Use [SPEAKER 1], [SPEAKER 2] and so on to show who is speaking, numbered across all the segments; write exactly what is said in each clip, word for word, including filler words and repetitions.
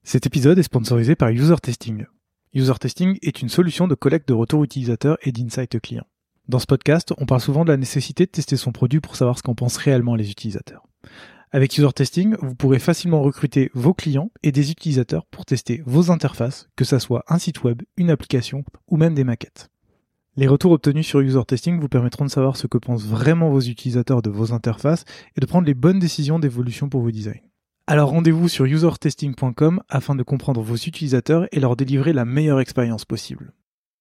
[SPEAKER 1] Cet épisode est sponsorisé par User Testing. User Testing est une solution de collecte de retours utilisateurs et d'insights clients. Dans ce podcast, on parle souvent de la nécessité de tester son produit pour savoir ce qu'en pensent réellement les utilisateurs. Avec User Testing, vous pourrez facilement recruter vos clients et des utilisateurs pour tester vos interfaces, que ça soit un site web, une application ou même des maquettes. Les retours obtenus sur User Testing vous permettront de savoir ce que pensent vraiment vos utilisateurs de vos interfaces et de prendre les bonnes décisions d'évolution pour vos designs. Alors rendez-vous sur user testing point com afin de comprendre vos utilisateurs et leur délivrer la meilleure expérience possible.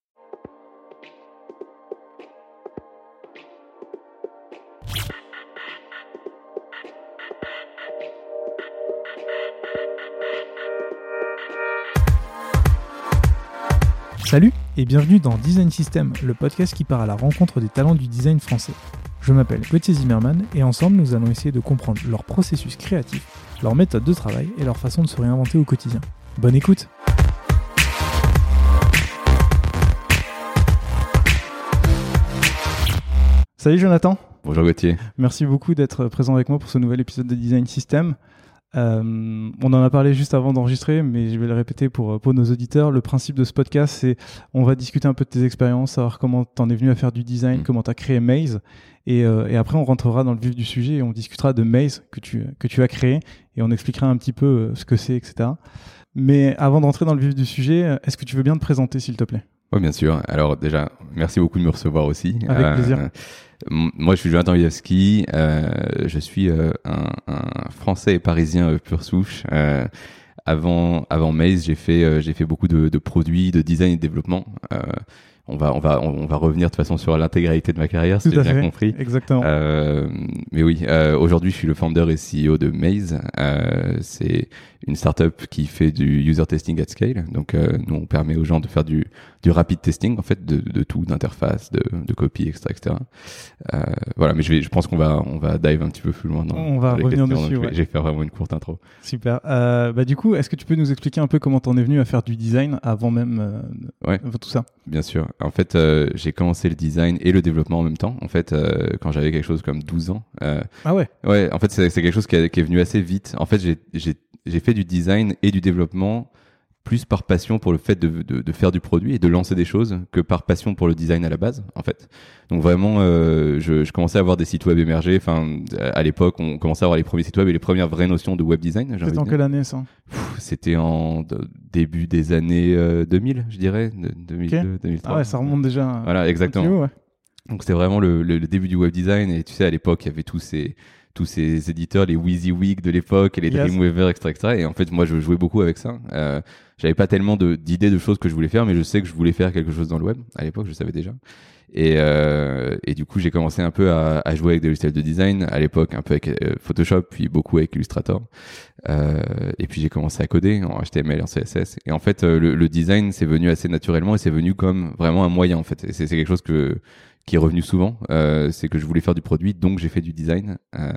[SPEAKER 1] Salut et bienvenue dans Design System, le podcast qui part à la rencontre des talents du design français. Je m'appelle Gauthier Zimmerman et ensemble nous allons essayer de comprendre leur processus créatif, leur méthode de travail et leur façon de se réinventer au quotidien. Bonne écoute! Salut Jonathan!
[SPEAKER 2] Bonjour Gauthier.
[SPEAKER 1] Merci beaucoup d'être présent avec moi pour ce nouvel épisode de Design System. Euh, on en a parlé juste avant d'enregistrer, mais je vais le répéter pour, pour nos auditeurs. Le principe de ce podcast, c'est on va discuter un peu de tes expériences, savoir comment t'en es venu à faire du design, mmh. comment t'as créé Maze, et, euh, et après on rentrera dans le vif du sujet et on discutera de Maze que tu, que tu as créé et on expliquera un petit peu ce que c'est, et cetera. Mais avant d'entrer dans le vif du sujet, est-ce que tu veux bien te présenter, s'il te plaît?
[SPEAKER 2] Oui, bien sûr. Alors déjà, merci beaucoup de me recevoir aussi.
[SPEAKER 1] Avec euh, plaisir.
[SPEAKER 2] Moi, je suis Jonathan Wiejawski. Euh, je suis euh, un, un Français et Parisien euh, pure souche. Euh, avant, avant Maze, j'ai fait, euh, j'ai fait beaucoup de, de produits, de design et de développement. Euh, on va, on va, on va revenir de toute façon sur l'intégralité de ma carrière, si j'ai bien compris.
[SPEAKER 1] Exactement.
[SPEAKER 2] Euh, mais oui, euh, aujourd'hui, je suis le founder et C E O de Maze. Euh, c'est une startup qui fait du user testing at scale. Donc, euh, nous, on permet aux gens de faire du, du rapid testing, en fait, de, de tout, d'interface, de, de copie, et cetera, et cetera. Euh, voilà, mais je vais, je pense qu'on va, on va dive un petit peu plus loin dans,
[SPEAKER 1] on va
[SPEAKER 2] dans les
[SPEAKER 1] revenir
[SPEAKER 2] questions.
[SPEAKER 1] dessus.
[SPEAKER 2] Donc,
[SPEAKER 1] ouais.
[SPEAKER 2] Je vais faire vraiment une courte intro.
[SPEAKER 1] Super. Euh, bah du coup, est-ce que tu peux nous expliquer un peu comment t'en es venu à faire du design avant même euh,
[SPEAKER 2] ouais.
[SPEAKER 1] tout ça?
[SPEAKER 2] Bien sûr. En fait, euh, j'ai commencé le design et le développement en même temps. En fait, euh, quand j'avais quelque chose comme douze ans. Euh,
[SPEAKER 1] ah ouais.
[SPEAKER 2] Ouais. En fait, c'est, c'est quelque chose qui, a, qui est venu assez vite. En fait, j'ai, j'ai, j'ai fait du design et du développement plus par passion pour le fait de, de, de faire du produit et de lancer des choses que par passion pour le design à la base, en fait. Donc vraiment, euh, je, je commençais à avoir des sites web émerger. Enfin, à l'époque, on commençait à avoir les premiers sites web et les premières vraies notions de web design.
[SPEAKER 1] C'était en quelle année ça?
[SPEAKER 2] Pff, C'était en de, début des années euh, deux mille, je dirais, de, deux mille deux, okay. deux mille trois.
[SPEAKER 1] Ah ouais, ça remonte déjà.
[SPEAKER 2] Voilà, exactement.
[SPEAKER 1] Haut, ouais.
[SPEAKER 2] Donc c'était vraiment le, le, le début du web design et tu sais, à l'époque, il y avait tous ces tous ces éditeurs, les WYSIWYG de l'époque, et les yes. Dreamweaver, et cetera, et cetera. Et en fait, moi, je jouais beaucoup avec ça. Euh, j'avais pas tellement de, d'idées de choses que je voulais faire, mais je sais que je voulais faire quelque chose dans le web. À l'époque, je savais déjà. Et, euh, et du coup, j'ai commencé un peu à, à jouer avec des logiciels de design. À l'époque, un peu avec euh, Photoshop, puis beaucoup avec Illustrator. Euh, et puis, j'ai commencé à coder en H T M L, en C S S. Et en fait, euh, le, le design, c'est venu assez naturellement et c'est venu comme vraiment un moyen, en fait. Et c'est, c'est quelque chose que qui est revenu souvent. Euh, c'est que je voulais faire du produit, donc j'ai fait du design. Euh,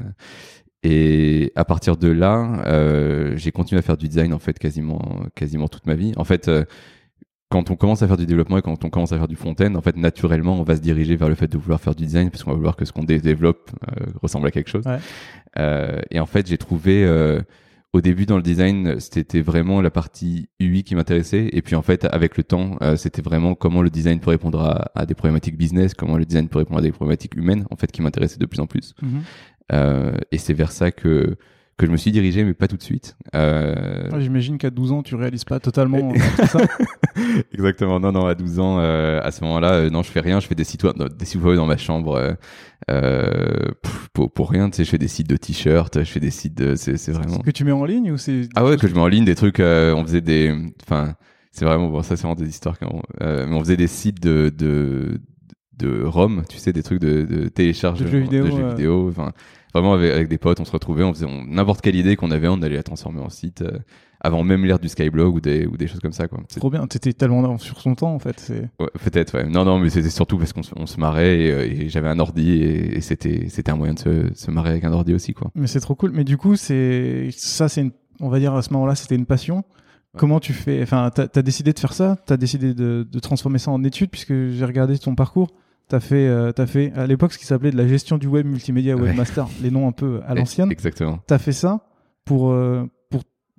[SPEAKER 2] Et à partir de là, euh, j'ai continué à faire du design en fait quasiment quasiment toute ma vie. En fait, euh, quand on commence à faire du développement et quand on commence à faire du front-end, en fait naturellement, on va se diriger vers le fait de vouloir faire du design parce qu'on va vouloir que ce qu'on dé- développe euh, ressemble à quelque chose.
[SPEAKER 1] Ouais.
[SPEAKER 2] Euh, et en fait, j'ai trouvé euh, au début dans le design, c'était vraiment la partie U I qui m'intéressait. Et puis en fait, avec le temps, euh, c'était vraiment comment le design peut répondre à, à des problématiques business, comment le design peut répondre à des problématiques humaines, en fait, qui m'intéressaient de plus en plus.
[SPEAKER 1] Mm-hmm.
[SPEAKER 2] Euh, et c'est vers ça que que je me suis dirigé, mais pas tout de suite. Euh...
[SPEAKER 1] Ouais, j'imagine qu'à douze ans, tu réalises pas totalement tout ça.
[SPEAKER 2] Exactement. Non, non, à douze ans, euh, à ce moment-là, euh, non, je fais rien. Je fais des sites web, des sites web dans ma chambre euh, euh, pour, pour rien. Tu sais, je fais des sites de t-shirts, je fais des sites de. C'est, c'est vraiment.
[SPEAKER 1] Que tu mets en ligne ou c'est.
[SPEAKER 2] Ah ouais, que je mets en ligne des trucs. Euh, on faisait des. Enfin, c'est vraiment bon. Ça, c'est vraiment des histoires. Quand euh, mais on faisait des sites de de de ROM, tu sais, des trucs de, de télécharge
[SPEAKER 1] de jeux vidéo.
[SPEAKER 2] De jeux
[SPEAKER 1] euh...
[SPEAKER 2] vidéo. Enfin. Vraiment, avec, avec des potes, on se retrouvait, on faisait on, n'importe quelle idée qu'on avait, on allait la transformer en site, euh, avant même l'ère du Skyblog ou des, ou des choses comme ça, quoi.
[SPEAKER 1] C'est trop bien, t'étais tellement sur son temps, en fait. C'est...
[SPEAKER 2] Ouais, peut-être, ouais. Non, non, mais c'était surtout parce qu'on se, on se marrait et, et j'avais un ordi et, et c'était, c'était un moyen de se, se marrer avec un ordi aussi, quoi.
[SPEAKER 1] Mais c'est trop cool. Mais du coup, c'est, ça, c'est une, on va dire à ce moment-là, c'était une passion. Ouais. Comment tu fais, enfin, t'as, t'as décidé de faire ça? T'as décidé de, de transformer ça en études, puisque j'ai regardé ton parcours. T'as fait, euh, t'as fait à l'époque ce qui s'appelait de la gestion du web multimédia webmaster, ouais. Les noms un peu à l'ancienne.
[SPEAKER 2] Exactement.
[SPEAKER 1] T'as fait ça pour, euh, pour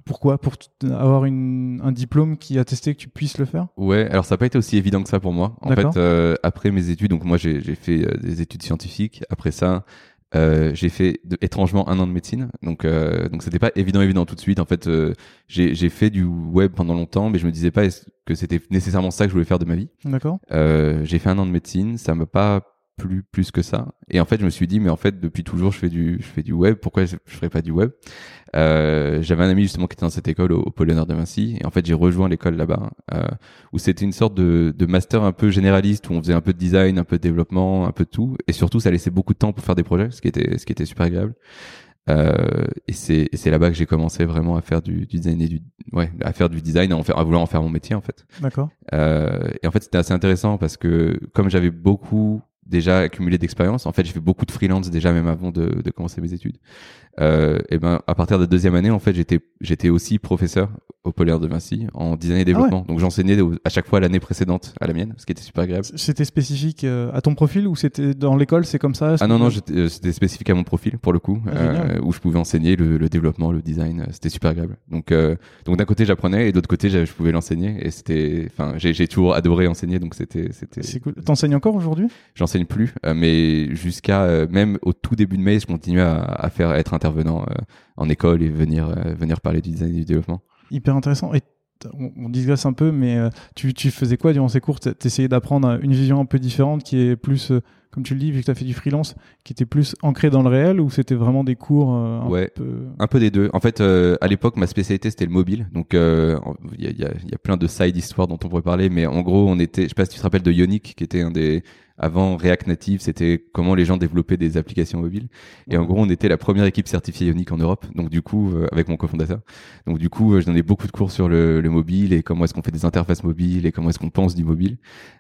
[SPEAKER 1] Pourquoi? Pour t- avoir une, un diplôme qui a testé que tu puisses le faire?
[SPEAKER 2] Ouais, alors ça n'a pas été aussi évident que ça pour moi. En
[SPEAKER 1] D'accord.
[SPEAKER 2] fait, euh, après mes études, donc moi j'ai j'ai fait euh, des études scientifiques. Après ça, euh, j'ai fait de- étrangement un an de médecine. Donc euh, donc c'était pas évident évident tout de suite. En fait, euh, j'ai j'ai fait du web pendant longtemps, mais je me disais pas est-ce que c'était nécessairement ça que je voulais faire de ma vie.
[SPEAKER 1] D'accord.
[SPEAKER 2] Euh, j'ai fait un an de médecine, ça m'a pas plu plus que ça. Et en fait, je me suis dit, mais en fait, depuis toujours, je fais du, je fais du web. Pourquoi je, je ferais pas du web? Euh, j'avais un ami justement qui était dans cette école au, au Pôle Honneur de Vinci. Et en fait, j'ai rejoint l'école là-bas, euh, où c'était une sorte de, de master un peu généraliste, où on faisait un peu de design, un peu de développement, un peu de tout. Et surtout, ça laissait beaucoup de temps pour faire des projets, ce qui était, ce qui était super agréable. Euh, et c'est, et c'est là-bas que j'ai commencé vraiment à faire du, du design et du, ouais, à faire du design, à, en faire, à vouloir en faire mon métier, en fait.
[SPEAKER 1] D'accord.
[SPEAKER 2] Euh, et en fait, c'était assez intéressant parce que comme j'avais beaucoup déjà accumulé d'expérience, en fait, j'ai fait beaucoup de freelance déjà même avant de, de commencer mes études. Euh, et ben, à partir de la deuxième année, en fait, j'étais, j'étais aussi professeur au Pôle Honneur de Vinci en design et développement.
[SPEAKER 1] Ah ouais.
[SPEAKER 2] Donc, j'enseignais au- à chaque fois l'année précédente à la mienne, ce qui était super agréable.
[SPEAKER 1] C'était spécifique euh, à ton profil ou c'était dans l'école, c'est comme ça?
[SPEAKER 2] Ah non, non, j'étais- euh, c'était spécifique à mon profil pour le coup,
[SPEAKER 1] Ah, génial.
[SPEAKER 2] euh, où je pouvais enseigner le, le développement, le design. euh, C'était super agréable. Donc, euh, donc d'un côté, j'apprenais et d'autre côté, j'avais- je pouvais l'enseigner. Et c'était, enfin, j'ai, j'ai toujours adoré enseigner. Donc, c'était, c'était.
[SPEAKER 1] C'est cool. T'enseignes encore aujourd'hui?
[SPEAKER 2] J'enseigne plus, euh, mais jusqu'à euh, même au tout début de mai, je continuais à, à faire, à être intervenant euh, en école et venir, euh, venir parler du design et du développement.
[SPEAKER 1] Hyper intéressant. Et t- on, on digresse un peu, mais euh, tu, tu faisais quoi durant ces cours? T- T'essayais d'apprendre une vision un peu différente qui est plus, euh, comme tu le dis, vu que tu as fait du freelance, qui était plus ancrée dans le réel ou c'était vraiment des cours euh, un
[SPEAKER 2] Ouais.
[SPEAKER 1] peu...
[SPEAKER 2] Un peu des deux. En fait, euh, à l'époque, ma spécialité c'était le mobile. Donc, euh, il y, a, il y, a, il y a plein de side histoires dont on pourrait parler, mais en gros, on était, je sais pas si tu te rappelles de Ionic, qui était un des avant React Native, c'était comment les gens développaient des applications mobiles. Et en gros, on était la première équipe certifiée Ionic en Europe. Donc, du coup, euh, avec mon cofondateur. Donc, du coup, euh, je donnais beaucoup de cours sur le, le mobile et comment est-ce qu'on fait des interfaces mobiles et comment est-ce qu'on pense du mobile.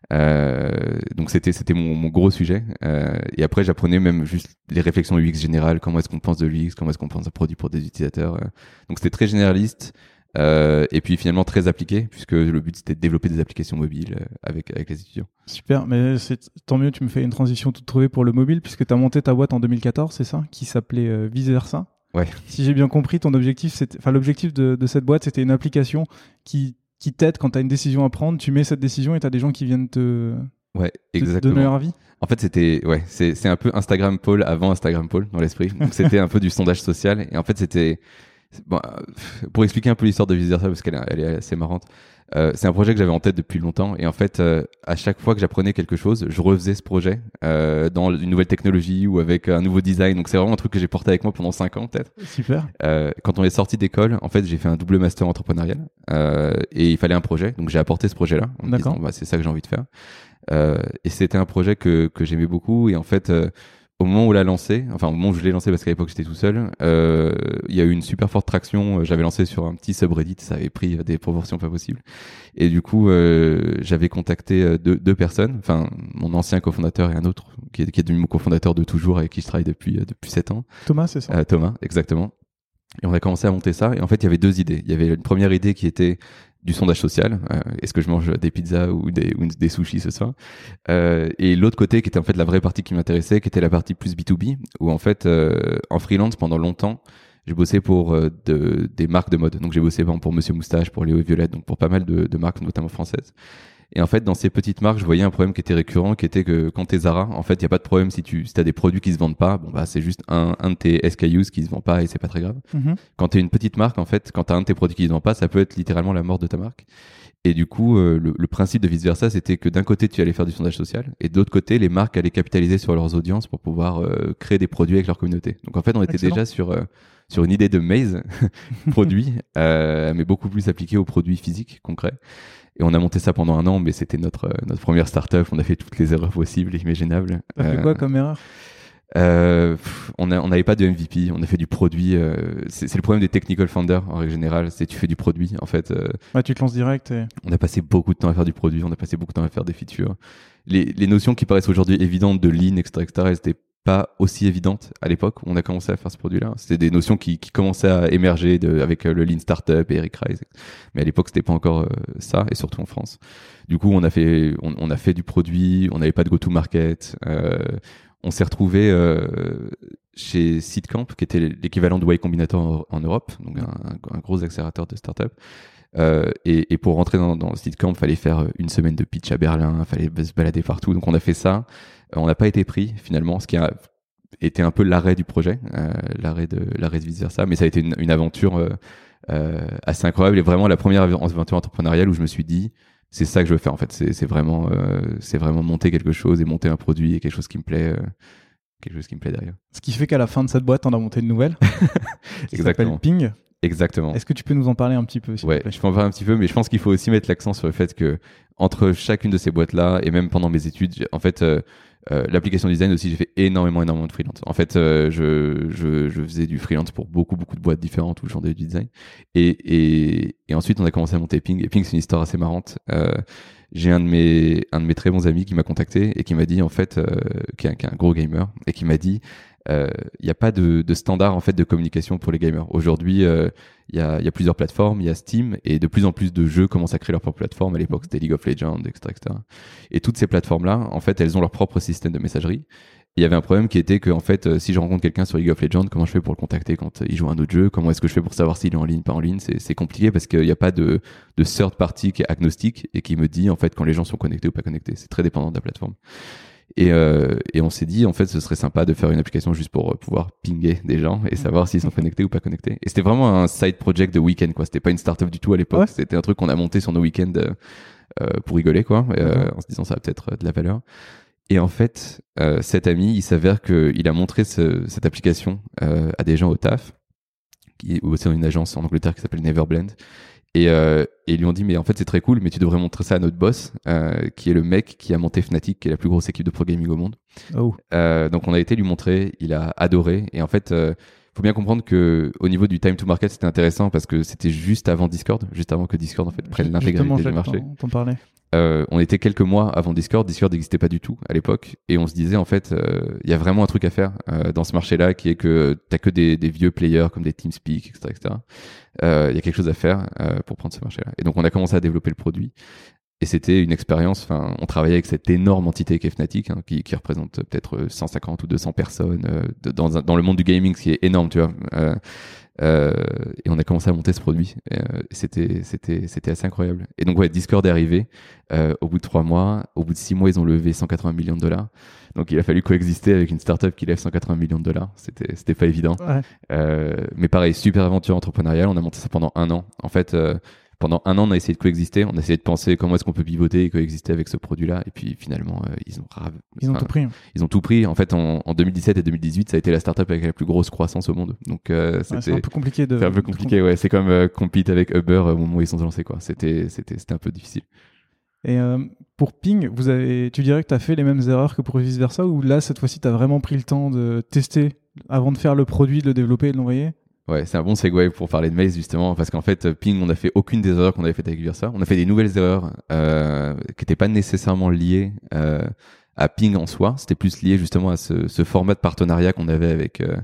[SPEAKER 2] Euh, donc, c'était c'était mon, mon gros sujet. Euh, et après, j'apprenais même juste les réflexions U X générales, comment est-ce qu'on pense de l'U X, comment est-ce qu'on pense un produit pour des utilisateurs. Euh. Donc, c'était très généraliste. Euh, et puis finalement très appliqué, puisque le but c'était de développer des applications mobiles euh, avec, avec les étudiants.
[SPEAKER 1] Super, mais c'est tant mieux, tu me fais une transition toute trouvée pour le mobile, puisque tu as monté ta boîte en deux mille quatorze, c'est ça? Qui s'appelait euh, Vice Versa.
[SPEAKER 2] Ouais.
[SPEAKER 1] Si j'ai bien compris, ton objectif, c'était, enfin l'objectif de, de cette boîte, c'était une application qui, qui t'aide quand tu as une décision à prendre, tu mets cette décision et tu as des gens qui viennent te,
[SPEAKER 2] ouais,
[SPEAKER 1] te
[SPEAKER 2] exactement.
[SPEAKER 1] donner leur avis.
[SPEAKER 2] En fait, c'était, ouais, c'est, c'est un peu Instagram Poll avant Instagram Poll dans l'esprit. Donc, c'était un peu du sondage social. Et en fait, c'était, bon, pour expliquer un peu l'histoire de Vice Versa, parce qu'elle est, elle est assez marrante, euh, c'est un projet que j'avais en tête depuis longtemps. Et en fait, euh, à chaque fois que j'apprenais quelque chose, je refaisais ce projet euh, dans une nouvelle technologie ou avec un nouveau design. Donc, c'est vraiment un truc que j'ai porté avec moi pendant cinq ans, peut-être.
[SPEAKER 1] Super.
[SPEAKER 2] Euh, quand on est sorti d'école, en fait, j'ai fait un double master entrepreneurial euh, et il fallait un projet. Donc, j'ai apporté ce projet-là en me disant, bah, c'est ça que j'ai envie de faire. Euh, et c'était un projet que, que j'aimais beaucoup. Et en fait, euh, au moment où on l'a lancé, enfin au moment où je l'ai lancé parce qu'à l'époque j'étais tout seul, euh, il y a eu une super forte traction. J'avais lancé sur un petit subreddit, ça avait pris des proportions pas possibles. Et du coup, euh, j'avais contacté deux, deux personnes, enfin mon ancien cofondateur et un autre qui est, qui est devenu mon cofondateur de toujours avec qui je travaille depuis depuis sept ans.
[SPEAKER 1] Thomas, c'est ça.
[SPEAKER 2] Euh, Thomas, exactement. Et on a commencé à monter ça. Et en fait, il y avait deux idées. Il y avait une première idée qui était du sondage social. Euh, est-ce que je mange des pizzas ou des, ou des sushis ce soir? Euh, et l'autre côté qui était en fait la vraie partie qui m'intéressait, qui était la partie plus B deux B, où en fait, euh, en freelance pendant longtemps, j'ai bossé pour euh, de, des marques de mode. Donc j'ai bossé par exemple, pour Monsieur Moustache, pour Léo et Violette, donc pour pas mal de, de marques, notamment françaises. Et en fait, dans ces petites marques, je voyais un problème qui était récurrent, qui était que quand t'es Zara, en fait, il y a pas de problème si tu si t'as des produits qui se vendent pas. Bon bah c'est juste un un de tes S K Us qui se vend pas et c'est pas très grave.
[SPEAKER 1] Mm-hmm.
[SPEAKER 2] Quand t'es une petite marque, en fait, quand t'as un de tes produits qui se vend pas, ça peut être littéralement la mort de ta marque. Et du coup, euh, le, le principe de Vice Versa, c'était que d'un côté, tu allais faire du sondage social, et de l'autre côté, les marques allaient capitaliser sur leurs audiences pour pouvoir euh, créer des produits avec leur communauté. Donc en fait, on était
[SPEAKER 1] Excellent.
[SPEAKER 2] déjà sur euh, sur une idée de maze produit, euh, mais beaucoup plus appliquée aux produits physiques concrets. Et on a monté ça pendant un an, mais c'était notre euh, notre première startup. On a fait toutes les erreurs possibles et imaginables.
[SPEAKER 1] T'as fait
[SPEAKER 2] Euh,
[SPEAKER 1] quoi comme erreur?
[SPEAKER 2] Euh, pff, on a, on n'avait pas de M V P, on a fait du produit. Euh, c'est, c'est le problème des technical founders en règle générale, c'est tu fais du produit en fait. Euh,
[SPEAKER 1] Ouais, tu te lances direct. Et...
[SPEAKER 2] on a passé beaucoup de temps à faire du produit, on a passé beaucoup de temps à faire des features. Les, les notions qui paraissent aujourd'hui évidentes de lean, et cetera, et cetera, elles n'étaient pas aussi évidentes à l'époque où on a commencé à faire ce produit-là. C'était des notions qui, qui commençaient à émerger de, avec le lean startup et Eric Ries. Mais à l'époque, c'était pas encore euh, ça, et surtout en France. Du coup, on a fait, on, on a fait du produit, on n'avait pas de go-to-market. Euh, on s'est retrouvé euh, chez Seedcamp, qui était l'équivalent de Y Combinator en, en Europe, donc un, un gros accélérateur de start-up. Euh, et, et pour rentrer dans, dans Seedcamp, fallait faire une semaine de pitch à Berlin, fallait se balader partout. Donc on a fait ça. On n'a pas été pris finalement, ce qui a été un peu l'arrêt du projet, euh, l'arrêt de l'arrêt de vice versa. Mais ça a été une, une aventure euh, euh, assez incroyable et vraiment la première aventure entrepreneuriale où je me suis dit c'est ça que je veux faire en fait. C'est, c'est vraiment euh, c'est vraiment monter quelque chose et monter un produit et quelque chose qui me plaît. Euh, quelque chose qui me plaît derrière.
[SPEAKER 1] Ce qui fait qu'à la fin de cette boîte, on a monté une nouvelle qui s'appelle Ping.
[SPEAKER 2] Exactement.
[SPEAKER 1] Est-ce que tu peux nous en parler un petit peu s'il
[SPEAKER 2] Ouais,
[SPEAKER 1] te plaît ?
[SPEAKER 2] je peux en parler un petit peu, mais je pense qu'il faut aussi mettre l'accent sur le fait que entre chacune de ces boîtes-là et même pendant mes études, en fait, euh, euh, l'application design aussi, j'ai fait énormément, énormément de freelance. En fait, euh, je, je, je faisais du freelance pour beaucoup, beaucoup de boîtes différentes où je vendais du design. Et, et, et ensuite, on a commencé à monter Ping. Et Ping, c'est une histoire assez marrante. Euh, j'ai un de mes, un de mes très bons amis qui m'a contacté et qui m'a dit, en fait, euh, qui est, qui est un gros gamer, et qui m'a dit, il euh, n'y a pas de, de standard en fait de communication pour les gamers. Aujourd'hui, il euh, y, a, y a plusieurs plateformes, il y a Steam et de plus en plus de jeux commencent à créer leur propre plateforme. À l'époque, c'était League of Legends, et cetera, et cetera. Et toutes ces plateformes-là, en fait, elles ont leur propre système de messagerie. Il y avait un problème qui était que, en fait, euh, si je rencontre quelqu'un sur League of Legends, comment je fais pour le contacter quand il joue à un autre jeu? Comment est-ce que je fais pour savoir s'il est en ligne, pas en ligne? C'est, c'est compliqué parce qu'il n'y a pas de, de third party qui est agnostique et qui me dit, en fait, quand les gens sont connectés ou pas connectés. C'est très dépendant de la plateforme. Et, euh, et on s'est dit, en fait, ce serait sympa de faire une application juste pour pouvoir pinguer des gens et savoir s'ils sont connectés ou pas connectés. Et c'était vraiment un side project de week-end, quoi. C'était pas une startup du tout à l'époque. Ouais. C'était un truc qu'on a monté sur nos week-ends euh, pour rigoler, quoi, euh, en se disant ça a peut-être de la valeur. Et en fait, euh, cet ami, il s'avère qu'il a montré ce, cette application euh, à des gens au taf, qui est aussi dans une agence en Angleterre qui s'appelle Neverblend. Et, euh, et ils lui ont dit mais en fait c'est très cool mais tu devrais montrer ça à notre boss euh, qui est le mec qui a monté Fnatic, qui est la plus grosse équipe de pro gaming au monde.
[SPEAKER 1] Oh.
[SPEAKER 2] Euh, donc on a été lui montrer, il a adoré et en fait euh, faut bien comprendre que au niveau du time to market c'était intéressant parce que c'était juste avant Discord, juste avant que Discord en fait prenne l'intégralité du marché.
[SPEAKER 1] T'en parlais.
[SPEAKER 2] Euh, on était quelques mois avant Discord. Discord n'existait pas du tout à l'époque et on se disait en fait il euh, y a vraiment un truc à faire euh, dans ce marché-là qui est que t'as que des, des vieux players comme des TeamSpeak, et cetera, et cetera. Il euh, y a quelque chose à faire euh, pour prendre ce marché-là. Et donc on a commencé à développer le produit et c'était une expérience. Enfin, on travaillait avec cette énorme entité qui est Fnatic, hein, qui, qui représente peut-être cent cinquante ou deux cents personnes euh, de, dans, un, dans le monde du gaming, ce qui est énorme, tu vois. Euh, Euh, et on a commencé à monter ce produit. Euh, c'était, c'était, c'était assez incroyable. Et donc, ouais, Discord est arrivé euh, au bout de trois mois. Au bout de six mois, ils ont levé cent quatre-vingts millions de dollars. Donc, il a fallu coexister avec une startup qui lève cent quatre-vingts millions de dollars. C'était, c'était pas évident.
[SPEAKER 1] Ouais.
[SPEAKER 2] Euh, mais pareil, super aventure entrepreneuriale. On a monté ça pendant un an. En fait, euh, pendant un an, on a essayé de coexister. On a essayé de penser comment est-ce qu'on peut pivoter et coexister avec ce produit-là. Et puis, finalement, euh, ils ont rave...
[SPEAKER 1] Ils ont
[SPEAKER 2] enfin,
[SPEAKER 1] tout pris.
[SPEAKER 2] Ils ont tout pris. En fait, en, en deux mille dix-sept et deux mille dix-huit, ça a été la startup avec la plus grosse croissance au monde. Donc, euh, c'était
[SPEAKER 1] ouais, c'est un peu compliqué de.
[SPEAKER 2] C'est un peu compliqué, de... ouais. C'est comme euh, compete avec Uber au moment où ils sont lancés, quoi. C'était, c'était, c'était un peu difficile.
[SPEAKER 1] Et euh, pour Ping, vous avez, tu dirais que tu as fait les mêmes erreurs que pour vice versa, ou là, cette fois-ci, tu as vraiment pris le temps de tester avant de faire le produit, de le développer et de l'envoyer?
[SPEAKER 2] Ouais, c'est un bon segue pour parler de Maze justement, parce qu'en fait, Ping, on n'a fait aucune des erreurs qu'on avait faites avec Versa. On a fait des nouvelles erreurs euh, qui n'étaient pas nécessairement liées euh, à Ping en soi. C'était plus lié justement à ce, ce format de partenariat qu'on avait avec euh,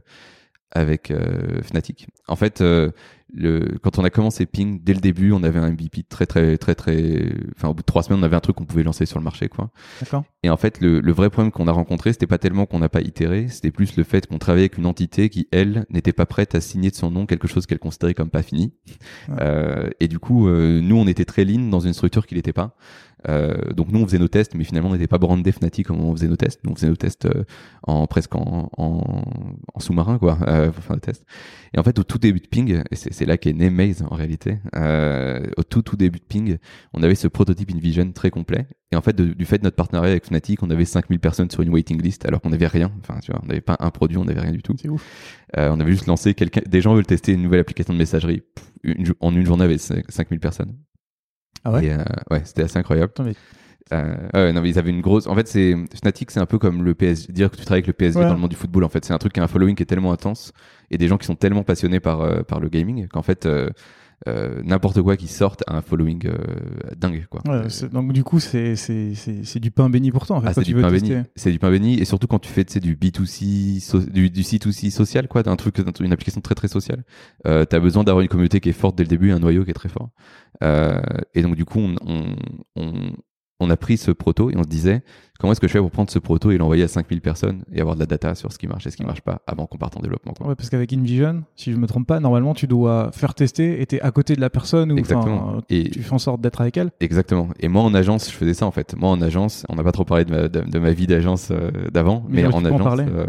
[SPEAKER 2] avec euh, Fnatic. En fait, euh, le, quand on a commencé Ping, dès le début, on avait un M V P très très très très. Enfin, au bout de trois semaines, on avait un truc qu'on pouvait lancer sur le marché, quoi.
[SPEAKER 1] D'accord.
[SPEAKER 2] Et en fait, le, le vrai problème qu'on a rencontré, c'était pas tellement qu'on n'a pas itéré, c'était plus le fait qu'on travaillait avec une entité qui, elle, n'était pas prête à signer de son nom quelque chose qu'elle considérait comme pas fini. Ouais. Euh, et du coup, euh, nous, on était très lean dans une structure qui l'était pas. Euh, donc nous on faisait nos tests, mais finalement on n'était pas brandé Fnatic comme on faisait nos tests. Nous on faisait nos tests euh, en presque en, en, en sous-marin, quoi, euh, pour faire nos tests. Et en fait au tout début de Ping, et c'est, c'est là qu'est né Maze en réalité, euh, au tout tout début de Ping, on avait ce prototype InVision très complet. Et en fait de, du fait de notre partenariat avec Fnatic, on avait cinq mille personnes sur une waiting list alors qu'on n'avait rien. Enfin tu vois, on n'avait pas un produit, on n'avait rien du tout.
[SPEAKER 1] C'est ouf.
[SPEAKER 2] Euh, on avait juste lancé quelqu'un. Des gens veulent tester une nouvelle application de messagerie. Pff, une, en une journée avec cinq mille personnes.
[SPEAKER 1] Ah ouais.
[SPEAKER 2] Et, euh, ouais, c'était assez incroyable.
[SPEAKER 1] Attends, mais...
[SPEAKER 2] Euh, ouais, non, mais ils avaient une grosse. En fait, c'est Fnatic, c'est un peu comme le P S G. Dire que tu travailles avec le P S G ouais. dans le monde du football, en fait, c'est un truc qui a un following qui est tellement intense et des gens qui sont tellement passionnés par euh, par le gaming qu'en fait, euh, euh, n'importe quoi qui sorte a un following euh, dingue, quoi.
[SPEAKER 1] Ouais, c'est, donc du coup, c'est c'est c'est c'est du pain béni pour toi, en fait.
[SPEAKER 2] Ah, c'est du pain béni. C'est du pain béni, et surtout quand tu fais, tu sais, du B deux C, so, du, du C deux C social, quoi, d'un truc, une application très très sociale. Euh, t'as besoin d'avoir une communauté qui est forte dès le début, et un noyau qui est très fort. Euh, et donc du coup, on, on, on on a pris ce proto et on se disait comment est-ce que je fais pour prendre ce proto et l'envoyer à cinq mille personnes et avoir de la data sur ce qui marche et ce qui marche pas avant qu'on parte en développement, quoi.
[SPEAKER 1] Ouais, parce qu'avec InVision, si je me trompe pas, normalement tu dois faire tester et t'es à côté de la personne ou
[SPEAKER 2] Exactement. Et
[SPEAKER 1] tu fais en sorte d'être avec elle.
[SPEAKER 2] Exactement. Et moi en agence, je faisais ça en fait. Moi en agence, on n'a pas trop parlé de ma, de, de ma vie d'agence euh, d'avant, mais, mais en agence, euh,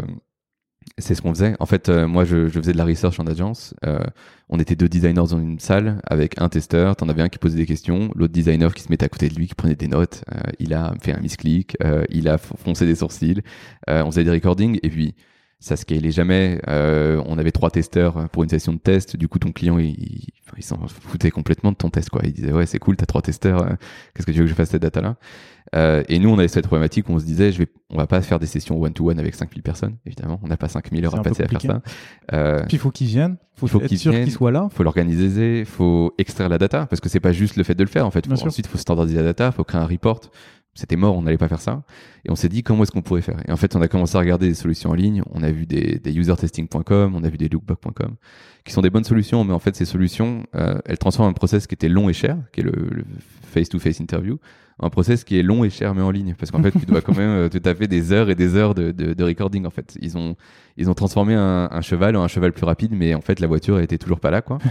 [SPEAKER 2] c'est ce qu'on faisait. En fait, euh, moi je, je faisais de la research en agence. Euh, on était deux designers dans une salle avec un testeur. T'en avais un qui posait des questions, l'autre designer qui se mettait à côté de lui, qui prenait des notes. Euh, il a fait un misclick, euh, il a foncé des sourcils. Euh, on faisait des recordings et puis ça scalait jamais. Euh, on avait trois testeurs pour une session de test. Du coup, ton client, il, il, il s'en foutait complètement de ton test, quoi. Il disait ouais, c'est cool, t'as trois testeurs. Euh, qu'est-ce que tu veux que je fasse cette data-là? Euh, et nous, on avait cette problématique où on se disait, je vais, on va pas faire des sessions one-to-one avec cinq mille personnes, évidemment. On n'a pas cinq mille heures à passer à faire ça.
[SPEAKER 1] Euh, Puis il faut qu'ils viennent. Faut il faut être sûr qu'ils soient là.
[SPEAKER 2] Il faut l'organiser. Il faut extraire la data parce que c'est pas juste le fait de le faire. En fait, faut, ensuite, il faut standardiser la data. Il faut créer un report. C'était mort, on n'allait pas faire ça. Et on s'est dit, comment est-ce qu'on pourrait faire? Et en fait, on a commencé à regarder des solutions en ligne. On a vu des, des user testing point com, on a vu des lookbook point com, qui sont des bonnes solutions, mais en fait, ces solutions, euh, elles transforment un process qui était long et cher, qui est le, le face-to-face interview, un process qui est long et cher, mais en ligne. Parce qu'en fait, tu dois quand même te taper des heures et des heures de, de, de recording, en fait. Ils ont, ils ont transformé un, un cheval en un cheval plus rapide, mais en fait, la voiture, elle était toujours pas là, quoi.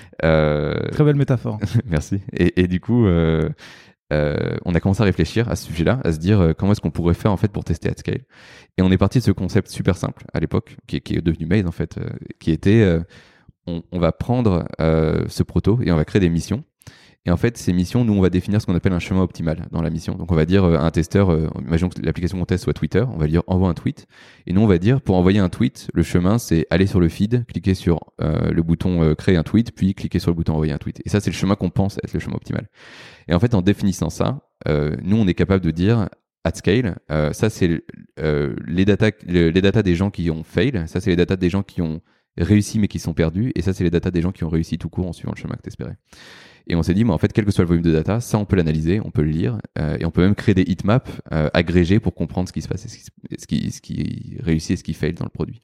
[SPEAKER 1] euh... Très belle métaphore.
[SPEAKER 2] Merci. Et, et du coup, euh, Euh, on a commencé à réfléchir à ce sujet-là, à se dire euh, comment est-ce qu'on pourrait faire en fait pour tester at scale. Et on est parti de ce concept super simple à l'époque, qui, qui est devenu Maze en fait, euh, qui était euh, on, on va prendre euh, ce proto et on va créer des missions. Et en fait, ces missions, nous, on va définir ce qu'on appelle un chemin optimal dans la mission. Donc, on va dire euh, à un testeur, euh, imaginons que l'application qu'on teste soit Twitter, on va lui dire envoie un tweet. Et nous, on va dire pour envoyer un tweet, le chemin, c'est aller sur le feed, cliquer sur euh, le bouton euh, créer un tweet, puis cliquer sur le bouton envoyer un tweet. Et ça, c'est le chemin qu'on pense être le chemin optimal. Et en fait, en définissant ça, euh, nous, on est capable de dire at scale, euh, ça, c'est euh, les data, les data des gens qui ont fail, ça, c'est les data des gens qui ont réussi mais qui sont perdus, et ça, c'est les data des gens qui ont réussi tout court en suivant le chemin que tu espérais. Et on s'est dit, mais en fait, quel que soit le volume de data, ça, on peut l'analyser, on peut le lire, euh, et on peut même créer des heatmaps euh, agrégés pour comprendre ce qui se passe, ce qui, ce qui, ce qui réussit et ce qui fail dans le produit.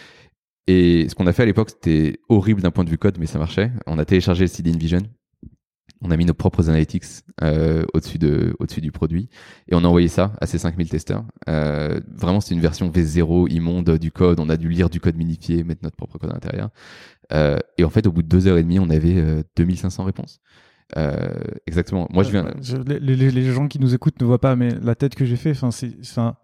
[SPEAKER 2] Et ce qu'on a fait à l'époque, c'était horrible d'un point de vue code, mais ça marchait. On a téléchargé le site d'InVision, on a mis nos propres analytics euh, au-dessus, de, au-dessus du produit, et on a envoyé ça à ces cinq mille testeurs. Euh, vraiment, c'est une version V zéro immonde du code, on a dû lire du code minifié, mettre notre propre code à l'intérieur. Euh, et en fait, au bout de deux heures et demie, on avait euh, deux mille cinq cents réponses. Euh, exactement. Moi, je viens.
[SPEAKER 1] Je, les, les, les gens qui nous écoutent ne voient pas, mais la tête que j'ai fait, enfin, c'est, c'est un...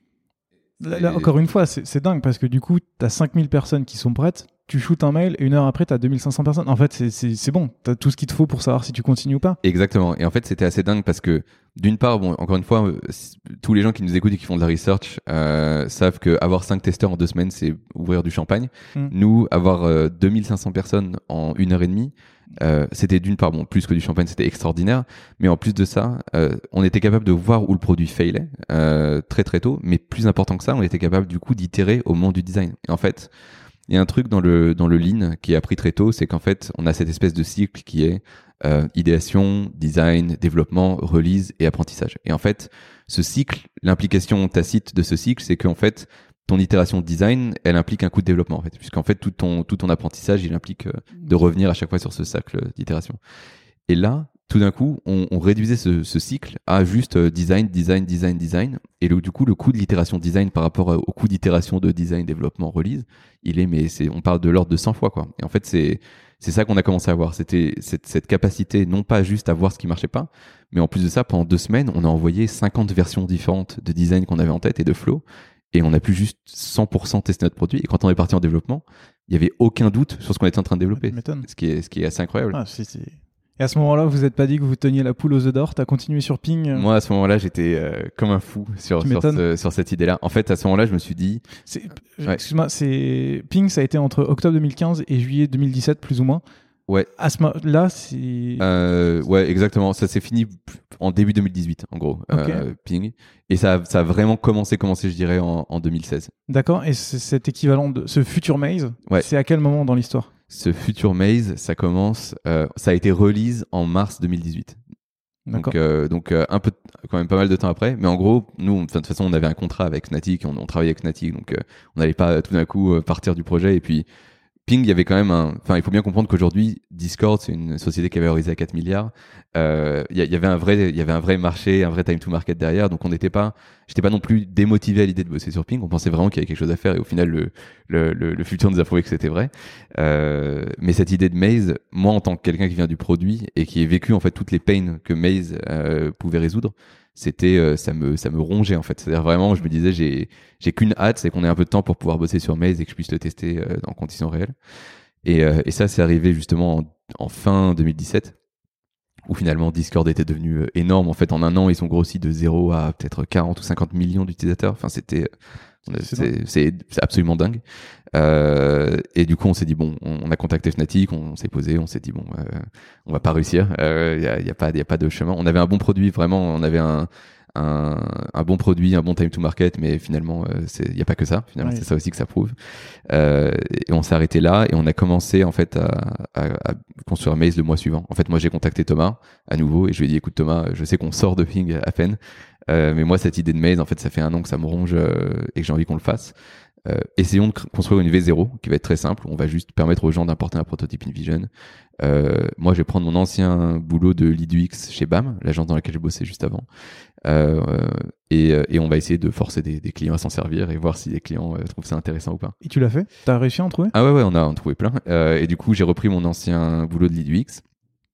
[SPEAKER 1] là, là, encore une fois, c'est, c'est dingue parce que du coup, t'as cinq mille personnes qui sont prêtes. Tu shootes un mail et une heure après, t'as deux mille cinq cents personnes. En fait, c'est, c'est, c'est bon. T'as tout ce qu'il te faut pour savoir si tu continues ou pas.
[SPEAKER 2] Exactement. Et en fait, c'était assez dingue parce que, d'une part, bon, encore une fois, euh, tous les gens qui nous écoutent et qui font de la research euh, savent que avoir cinq testeurs en deux semaines, c'est ouvrir du champagne. Mm. Nous, avoir euh, deux mille cinq cents personnes en une heure et demie, euh, c'était d'une part, bon, plus que du champagne, c'était extraordinaire. Mais en plus de ça, euh, on était capable de voir où le produit failait euh, très très tôt. Mais plus important que ça, on était capable du coup d'itérer au moment du design. Et en fait, il y a un truc dans le dans le lean qui est appris très tôt, c'est qu'en fait, on a cette espèce de cycle qui est euh, idéation, design, développement, release et apprentissage. Et en fait, ce cycle, l'implication tacite de ce cycle, c'est qu'en fait, ton itération design, elle implique un coût de développement en fait, puisqu'en fait tout ton tout ton apprentissage, il implique euh, de revenir à chaque fois sur ce cycle d'itération. Et là, tout d'un coup, on, on réduisait ce, ce cycle à juste design, design, design, design. Et le, du coup, le coût de l'itération design par rapport au coût d'itération de design, développement, release, il est, mais c'est, on parle de l'ordre de cent fois, quoi. Et en fait, c'est, c'est ça qu'on a commencé à voir. C'était cette, cette capacité, non pas juste à voir ce qui marchait pas, mais en plus de ça, pendant deux semaines, on a envoyé cinquante versions différentes de design qu'on avait en tête et de flow. Et on a pu juste cent pour cent tester notre produit. Et quand on est parti en développement, il y avait aucun doute sur ce qu'on était en train de développer. Ce qui est, ce qui est assez incroyable.
[SPEAKER 1] Ah, c'est, c'est... Et à ce moment-là, vous n'êtes pas dit que vous teniez la poule aux œufs d'or? T'as continué sur Ping?
[SPEAKER 2] Moi, à ce moment-là, j'étais euh, comme un fou sur, sur, ce, sur cette idée-là. En fait, à ce moment-là, je me suis dit...
[SPEAKER 1] C'est, ouais. Excuse-moi, c'est... Ping, ça a été entre octobre deux mille quinze et juillet deux mille dix-sept, plus ou moins.
[SPEAKER 2] Ouais.
[SPEAKER 1] À ce moment-là, c'est...
[SPEAKER 2] Euh, ouais, exactement. Ça s'est fini en début deux mille dix-huit, en gros, okay. euh, Ping. Et ça, ça a vraiment commencé, commencé, je dirais, en, en deux mille seize.
[SPEAKER 1] D'accord. Et c'est cet équivalent de ce futur Maze, ouais. C'est à quel moment dans l'histoire?
[SPEAKER 2] Ce futur Maze, ça commence, euh, ça a été release en mars deux mille dix-huit.
[SPEAKER 1] D'accord.
[SPEAKER 2] Donc, euh, donc euh, un peu, quand même pas mal de temps après. Mais en gros, nous, de toute façon, on avait un contrat avec Fnatic, on, on travaillait avec Fnatic, donc euh, on n'allait pas tout d'un coup partir du projet et puis Ping, il y avait quand même un, enfin, il faut bien comprendre qu'aujourd'hui, Discord, c'est une société qui est valorisée à quatre milliards. Euh, il y, y avait un vrai, il y avait un vrai marché, un vrai time to market derrière. Donc, on n'était pas, j'étais pas non plus démotivé à l'idée de bosser sur Ping. On pensait vraiment qu'il y avait quelque chose à faire et au final, le, le, le, le futur nous a prouvé que c'était vrai. Euh, mais cette idée de Maze, moi, en tant que quelqu'un qui vient du produit et qui a vécu, en fait, toutes les pains que Maze, euh, pouvait résoudre, c'était, euh, ça me, ça me rongeait, en fait. C'est-à-dire vraiment, je me disais, j'ai, j'ai qu'une hâte, c'est qu'on ait un peu de temps pour pouvoir bosser sur Maze et que je puisse le tester euh, en conditions réelles. Et, euh, et ça, c'est arrivé justement en, en fin deux mille dix-sept, où finalement Discord était devenu euh, énorme. En fait, en un an, ils ont grossi de zéro à peut-être quarante ou cinquante millions d'utilisateurs. Enfin, c'était, c'est, c'est, c'est, c'est absolument dingue. Euh, et du coup, on s'est dit bon, on, on a contacté Fnatic, on, on s'est posé, on s'est dit bon, euh, on va pas réussir. Il euh, y a, y a pas, y a pas de chemin. On avait un bon produit, vraiment. On avait un Un, un bon produit, un bon time to market, mais finalement, il euh, n'y a pas que ça. Finalement, ouais. C'est ça aussi que ça prouve. Euh, et on s'est arrêté là et on a commencé en fait à, à, à construire Maze le mois suivant. En fait, moi, j'ai contacté Thomas à nouveau et je lui ai dit, écoute Thomas, je sais qu'on sort de Ping à peine, euh, mais moi, cette idée de Maze, en fait, ça fait un an que ça me ronge euh, et que j'ai envie qu'on le fasse. Euh, essayons de cr- construire une V zéro qui va être très simple. On va juste permettre aux gens d'importer un prototype InVision. Euh, moi, je vais prendre mon ancien boulot de lead U X chez B A M, l'agence dans laquelle j'ai bossé juste avant. Euh, et, et on va essayer de forcer des, des clients à s'en servir et voir si les clients euh, trouvent ça intéressant ou pas.
[SPEAKER 1] Et tu l'as fait ? T'as réussi à en trouver ?
[SPEAKER 2] Ah ouais, ouais, on a en trouvé plein. Euh, et du coup, j'ai repris mon ancien boulot de lead U X.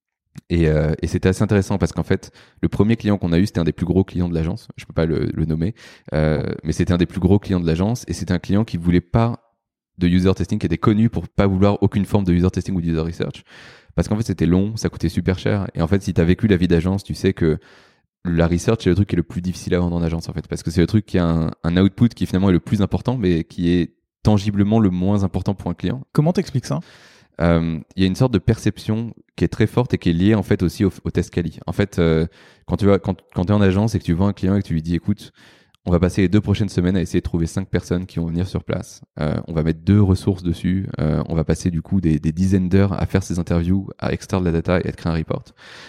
[SPEAKER 2] Et, euh, et c'était assez intéressant parce qu'en fait, le premier client qu'on a eu, c'était un des plus gros clients de l'agence. Je peux pas le, le nommer, euh, mais c'était un des plus gros clients de l'agence et c'était un client qui voulait pas de user testing, qui était connu pour pas vouloir aucune forme de user testing ou de user research. Parce qu'en fait, c'était long, ça coûtait super cher. Et en fait, si t'as vécu la vie d'agence, tu sais que la research, c'est le truc qui est le plus difficile à vendre en agence, en fait. Parce que c'est le truc qui a un, un output qui finalement est le plus important, mais qui est tangiblement le moins important pour un client.
[SPEAKER 1] Comment t'expliques ça ?
[SPEAKER 2] Il euh, y a une sorte de perception qui est très forte et qui est liée en fait aussi au, au test quali. En fait, euh, quand tu vas, quand, quand t'es en agence et que tu vois un client et que tu lui dis, écoute, on va passer les deux prochaines semaines à essayer de trouver cinq personnes qui vont venir sur place. Euh, on va mettre deux ressources dessus. Euh, on va passer du coup des, des dizaines d'heures à faire ces interviews, à extraire de la data et à te créer un report.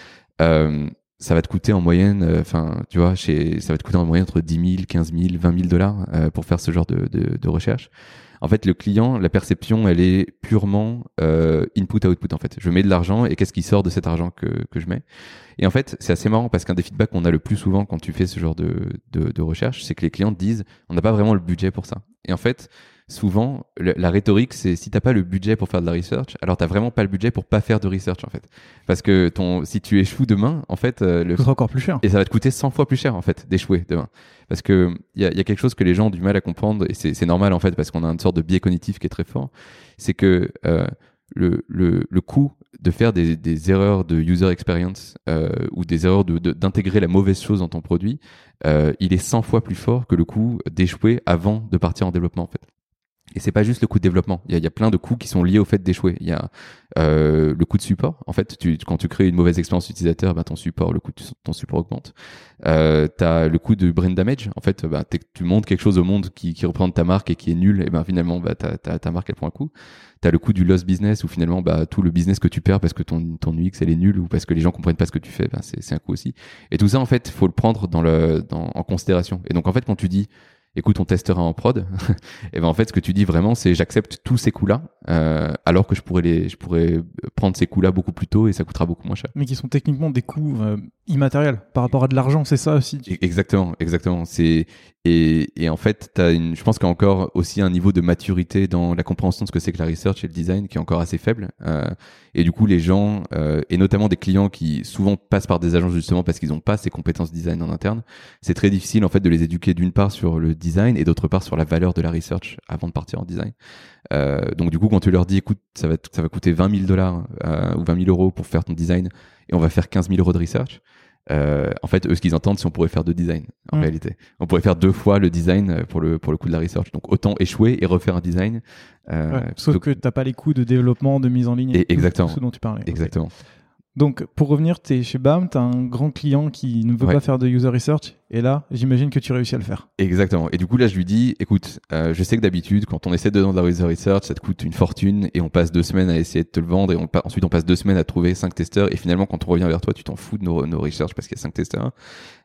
[SPEAKER 2] Euh, ça va te coûter en moyenne, enfin, euh, tu vois, chez, ça va te coûter en moyenne entre dix mille, quinze mille, vingt mille dollars euh, pour faire ce genre de, de, de recherche. En fait, le client, la perception, elle est purement euh, input-output, en fait. Je mets de l'argent et qu'est-ce qui sort de cet argent que, que je mets ? Et en fait, c'est assez marrant parce qu'un des feedbacks qu'on a le plus souvent quand tu fais ce genre de, de, de recherche, c'est que les clients te disent « on n'a pas vraiment le budget pour ça ». Et en fait, souvent, le, la rhétorique, c'est si t'as pas le budget pour faire de la research, alors t'as vraiment pas le budget pour pas faire de research, en fait. Parce que ton, si tu échoues demain, en fait, euh, le...
[SPEAKER 1] ça sera encore plus cher.
[SPEAKER 2] Et ça va te coûter cent fois plus cher, en fait, d'échouer demain. Parce que il y a, y a quelque chose que les gens ont du mal à comprendre, et c'est, c'est normal, en fait, parce qu'on a une sorte de biais cognitif qui est très fort. C'est que euh, le, le, le coût de faire des, des erreurs de user experience euh, ou des erreurs de, de, d'intégrer la mauvaise chose dans ton produit, euh, il est cent fois plus fort que le coût d'échouer avant de partir en développement, en fait. Et c'est pas juste le coût de développement. Il y a, il y a plein de coûts qui sont liés au fait d'échouer. Il y a euh, le coût de support. En fait, tu, quand tu crées une mauvaise expérience utilisateur, bah, ton support, le coût de ton support augmente. Euh, t'as le coût de brain damage. En fait, bah, tu montres quelque chose au monde qui, qui représente ta marque et qui est nul. Et ben finalement, bah, ta, ta, ta marque elle prend un coup. T'as le coût du lost business où finalement, bah, tout le business que tu perds parce que ton, ton U X elle est nulle ou parce que les gens comprennent pas ce que tu fais, bah, c'est, c'est un coût aussi. Et tout ça, en fait, faut le prendre dans le, dans, en considération. Et donc, en fait, quand tu dis écoute, on testera en prod. Et ben en fait, ce que tu dis vraiment, c'est j'accepte tous ces coûts-là, euh, alors que je pourrais les, je pourrais prendre ces coûts-là beaucoup plus tôt et ça coûtera beaucoup moins cher.
[SPEAKER 1] Mais qui sont techniquement des coûts euh, immatériels par rapport à de l'argent, c'est ça aussi.
[SPEAKER 2] Exactement, exactement. C'est et, et en fait, t'as une, je pense qu'il y a encore aussi un niveau de maturité dans la compréhension de ce que c'est que la research et le design qui est encore assez faible. Euh, et du coup, les gens euh, et notamment des clients qui souvent passent par des agences justement parce qu'ils n'ont pas ces compétences design en interne, c'est très difficile en fait de les éduquer d'une part sur le design et d'autre part sur la valeur de la research avant de partir en design. Euh, donc du coup, quand tu leur dis, écoute, ça va, ça va coûter vingt mille dollars euh, ou vingt mille euros pour faire ton design et on va faire quinze mille euros de research. Euh, en fait, eux, ce qu'ils entendent, c'est on pourrait faire deux designs. En mmh. réalité, on pourrait faire deux fois le design pour le pour le coût de la research. Donc autant échouer et refaire un design. Euh,
[SPEAKER 1] ouais, sauf donc... que t'as pas les coûts de développement, de mise en ligne.
[SPEAKER 2] Et exactement.
[SPEAKER 1] Tout ce dont tu parlais.
[SPEAKER 2] Exactement.
[SPEAKER 1] Okay. Donc, pour revenir, tu es chez B A M, tu as un grand client qui ne veut ouais. pas faire de user research, et là, j'imagine que tu réussis à le faire.
[SPEAKER 2] Exactement. Et du coup, là, je lui dis, écoute, euh, je sais que d'habitude, quand on essaie de vendre de la user research, ça te coûte une fortune, et on passe deux semaines à essayer de te le vendre, et on pa- ensuite on passe deux semaines à trouver cinq testeurs, et finalement, quand on revient vers toi, tu t'en fous de nos, nos research parce qu'il y a cinq testeurs.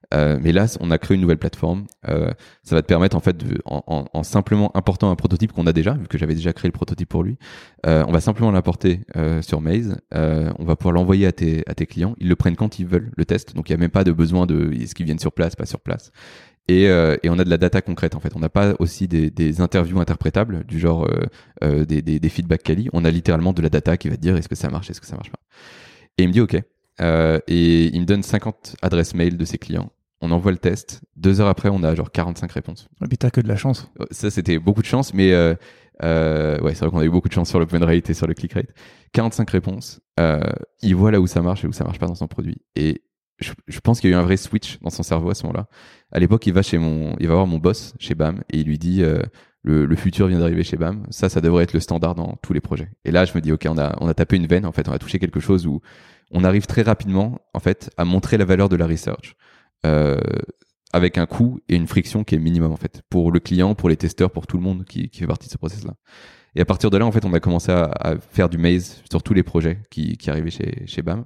[SPEAKER 2] Euh, mais là, on a créé une nouvelle plateforme. Euh, ça va te permettre, en fait, de, en, en, en simplement important un prototype qu'on a déjà, vu que j'avais déjà créé le prototype pour lui, euh, on va simplement l'importer euh, sur Maze. Euh, on va pouvoir l'envoyer à tes, à tes clients. Ils le prennent quand ils veulent, le test. Donc, il n'y a même pas de besoin de est-ce qu'ils viennent sur place, pas sur place. Et, euh, et on a de la data concrète, en fait. On n'a pas aussi des, des interviews interprétables, du genre euh, euh, des, des, des feedbacks quali. On a littéralement de la data qui va te dire est-ce que ça marche, est-ce que ça marche pas. Et il me dit OK. Euh, et il me donne cinquante adresses mail de ses clients. On envoie le test. Deux heures après, on a genre quarante-cinq réponses.
[SPEAKER 1] Mais t'as que de la chance.
[SPEAKER 2] Ça, c'était beaucoup de chance, mais euh, euh, ouais, c'est vrai qu'on a eu beaucoup de chance sur l'open rate et sur le click rate. quarante-cinq réponses. Euh, il voit là où ça marche et où ça marche pas dans son produit. Et je, je pense qu'il y a eu un vrai switch dans son cerveau à ce moment-là. À l'époque, il va chez mon, il va voir mon boss chez B A M et il lui dit euh, le, le futur vient d'arriver chez B A M. Ça, ça devrait être le standard dans tous les projets. Et là, je me dis ok, on a, on a tapé une veine. En fait, on a touché quelque chose où on arrive très rapidement, en fait, à montrer la valeur de la research. Euh, avec un coût et une friction qui est minimum en fait pour le client, pour les testeurs, pour tout le monde qui, qui fait partie de ce process-là. Et à partir de là, en fait, on a commencé à, à faire du Maze sur tous les projets qui, qui arrivaient chez, chez B A M.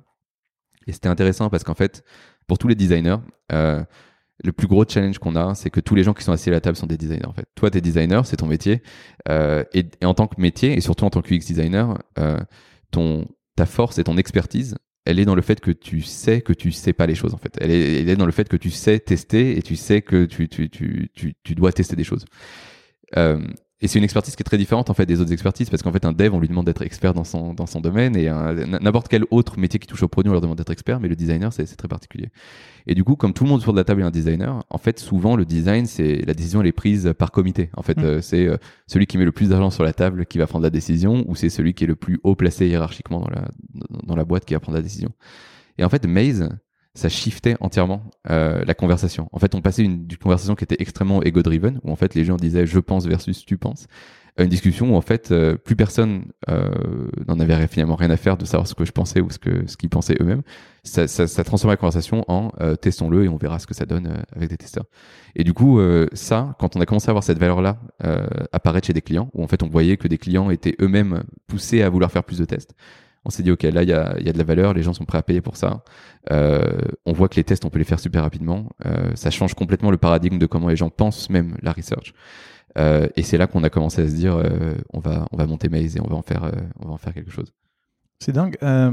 [SPEAKER 2] Et c'était intéressant parce qu'en fait, pour tous les designers, euh, le plus gros challenge qu'on a, c'est que tous les gens qui sont assis à la table sont des designers. En fait, toi, t'es designer, c'est ton métier, euh, et, et en tant que métier et surtout en tant que U X designer, euh, ton ta force et ton expertise, elle est dans le fait que tu sais que tu sais pas les choses en fait. Elle est, elle est dans le fait que tu sais tester et tu sais que tu, tu, tu, tu, tu dois tester des choses. Euh, et c'est une expertise qui est très différente en fait des autres expertises parce qu'en fait un dev on lui demande d'être expert dans son, dans son domaine et un, n'importe quel autre métier qui touche au produit on leur demande d'être expert, mais le designer c'est, c'est très particulier. Et du coup, comme tout le monde autour de la table est un designer, en fait souvent le design, c'est la décision elle est prise par comité. En fait, mmh. euh, c'est euh, celui qui met le plus d'argent sur la table qui va prendre la décision, ou c'est celui qui est le plus haut placé hiérarchiquement dans la dans la boîte qui va prendre la décision. Et en fait, Maze, ça shiftait entièrement euh, la conversation. En fait, on passait une, une conversation qui était extrêmement ego-driven, où en fait les gens disaient je pense versus tu penses, à une discussion où en fait euh, plus personne euh, n'en avait finalement rien à faire de savoir ce que je pensais ou ce que ce qu'ils pensaient eux-mêmes. Ça, ça, ça transformait la conversation en euh, testons-le et on verra ce que ça donne euh, avec des testeurs. Et du coup, euh, ça, quand on a commencé à voir cette valeur-là euh, apparaître chez des clients, où en fait on voyait que des clients étaient eux-mêmes poussés à vouloir faire plus de tests, on s'est dit ok, là il y a, y a de la valeur, les gens sont prêts à payer pour ça. Euh, on voit que les tests on peut les faire super rapidement. Euh, ça change complètement le paradigme de comment les gens pensent même la research. Euh, et c'est là qu'on a commencé à se dire euh, on va on va monter Maze et on va en faire euh, on va en faire quelque chose.
[SPEAKER 1] C'est dingue. Euh,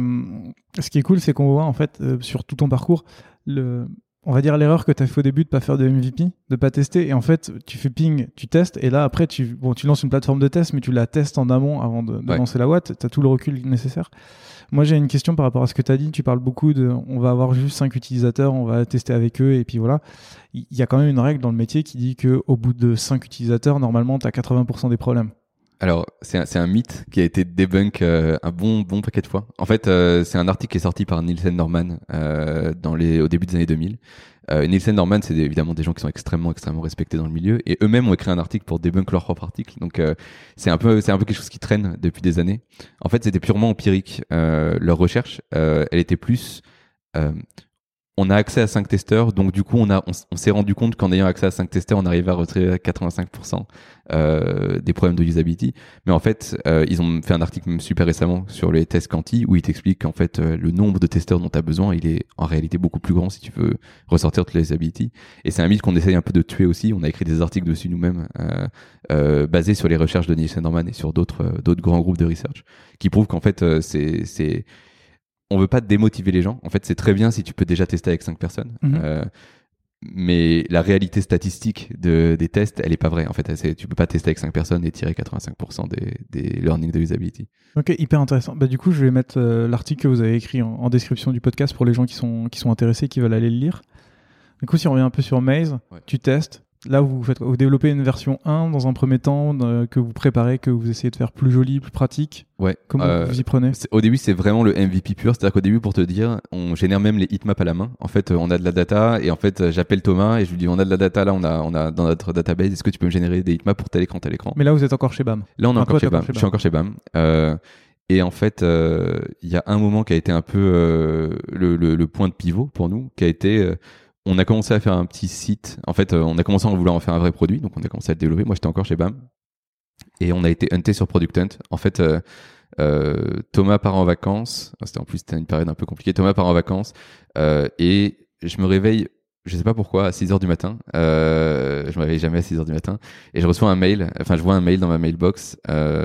[SPEAKER 1] ce qui est cool, c'est qu'on voit en fait euh, sur tout ton parcours le on va dire l'erreur que tu as fait au début de pas faire de M V P, de pas tester, et en fait tu fais ping, tu testes, et là après tu, bon, tu lances une plateforme de test, mais tu la testes en amont avant de, de ouais. lancer la boîte, tu as tout le recul nécessaire. Moi j'ai une question par rapport à ce que tu as dit, tu parles beaucoup de on va avoir juste cinq utilisateurs, on va tester avec eux, et puis voilà. Il y a quand même une règle dans le métier qui dit qu'au bout de cinq utilisateurs, normalement tu as quatre-vingts pour cent des problèmes.
[SPEAKER 2] Alors, c'est un, c'est un mythe qui a été débunk euh, un bon bon paquet de fois. En fait, euh, c'est un article qui est sorti par Nielsen Norman euh, dans les au début des années deux mille. Euh, Nielsen Norman, c'est des, évidemment des gens qui sont extrêmement extrêmement respectés dans le milieu et eux-mêmes ont écrit un article pour débunk leur propre article. Donc euh, c'est un peu c'est un peu quelque chose qui traîne depuis des années. En fait, c'était purement empirique. Euh, leur recherche, euh, elle était plus euh, on a accès à cinq testeurs, donc du coup on a on, on s'est rendu compte qu'en ayant accès à cinq testeurs, on arrivait à retirer quatre-vingt-cinq pour cent euh, des problèmes de usability. Mais en fait, euh, ils ont fait un article même super récemment sur les tests quanti où ils t'expliquent qu'en fait euh, le nombre de testeurs dont tu as besoin, il est en réalité beaucoup plus grand si tu veux ressortir toute la usability. Et c'est un mythe qu'on essaye un peu de tuer aussi. On a écrit des articles dessus nous-mêmes euh, euh, basés sur les recherches de Nielsen Norman et sur d'autres euh, d'autres grands groupes de research qui prouvent qu'en fait euh, c'est c'est on veut pas démotiver les gens. En fait, c'est très bien si tu peux déjà tester avec cinq personnes. Mmh. Euh, mais la réalité statistique de, des tests, elle est pas vraie. En fait, c'est, tu peux pas tester avec cinq personnes et tirer quatre-vingt-cinq pour cent des, des learnings de usability.
[SPEAKER 1] Ok, hyper intéressant. Bah, du coup, je vais mettre euh, l'article que vous avez écrit en, en description du podcast pour les gens qui sont, qui sont intéressés, qui veulent aller le lire. Du coup, si on revient un peu sur Maze, ouais. Tu testes. Là, vous, faites, vous développez une version un dans un premier temps euh, que vous préparez, que vous essayez de faire plus jolie, plus pratique.
[SPEAKER 2] Ouais.
[SPEAKER 1] Comment
[SPEAKER 2] euh,
[SPEAKER 1] vous y prenez ?
[SPEAKER 2] Au début, c'est vraiment le M V P pur. C'est-à-dire qu'au début, pour te dire, on génère même les heatmaps à la main. En fait, on a de la data et en fait, j'appelle Thomas et je lui dis on a de la data là, on a, on a dans notre database. Est-ce que tu peux me générer des heatmaps pour tel écran, tel écran ?
[SPEAKER 1] Mais là, vous êtes encore chez B A M.
[SPEAKER 2] Là, on est encore, chez B A M. Je suis encore chez B A M. Euh, et en fait, il euh, y a un moment qui a été un peu euh, le, le, le point de pivot pour nous, qui a été euh, on a commencé à faire un petit site. En fait, euh, on a commencé à vouloir en faire un vrai produit, donc on a commencé à le développer. Moi, j'étais encore chez B A M. Et on a été hunté sur Product Hunt. En fait, euh, euh, Thomas part en vacances. C'était en plus, c'était une période un peu compliquée. Thomas part en vacances. Euh, et je me réveille je sais pas pourquoi, à six heures du matin. Euh, je me réveille jamais à six heures du matin. Et je reçois un mail, enfin, je vois un mail dans ma mailbox euh,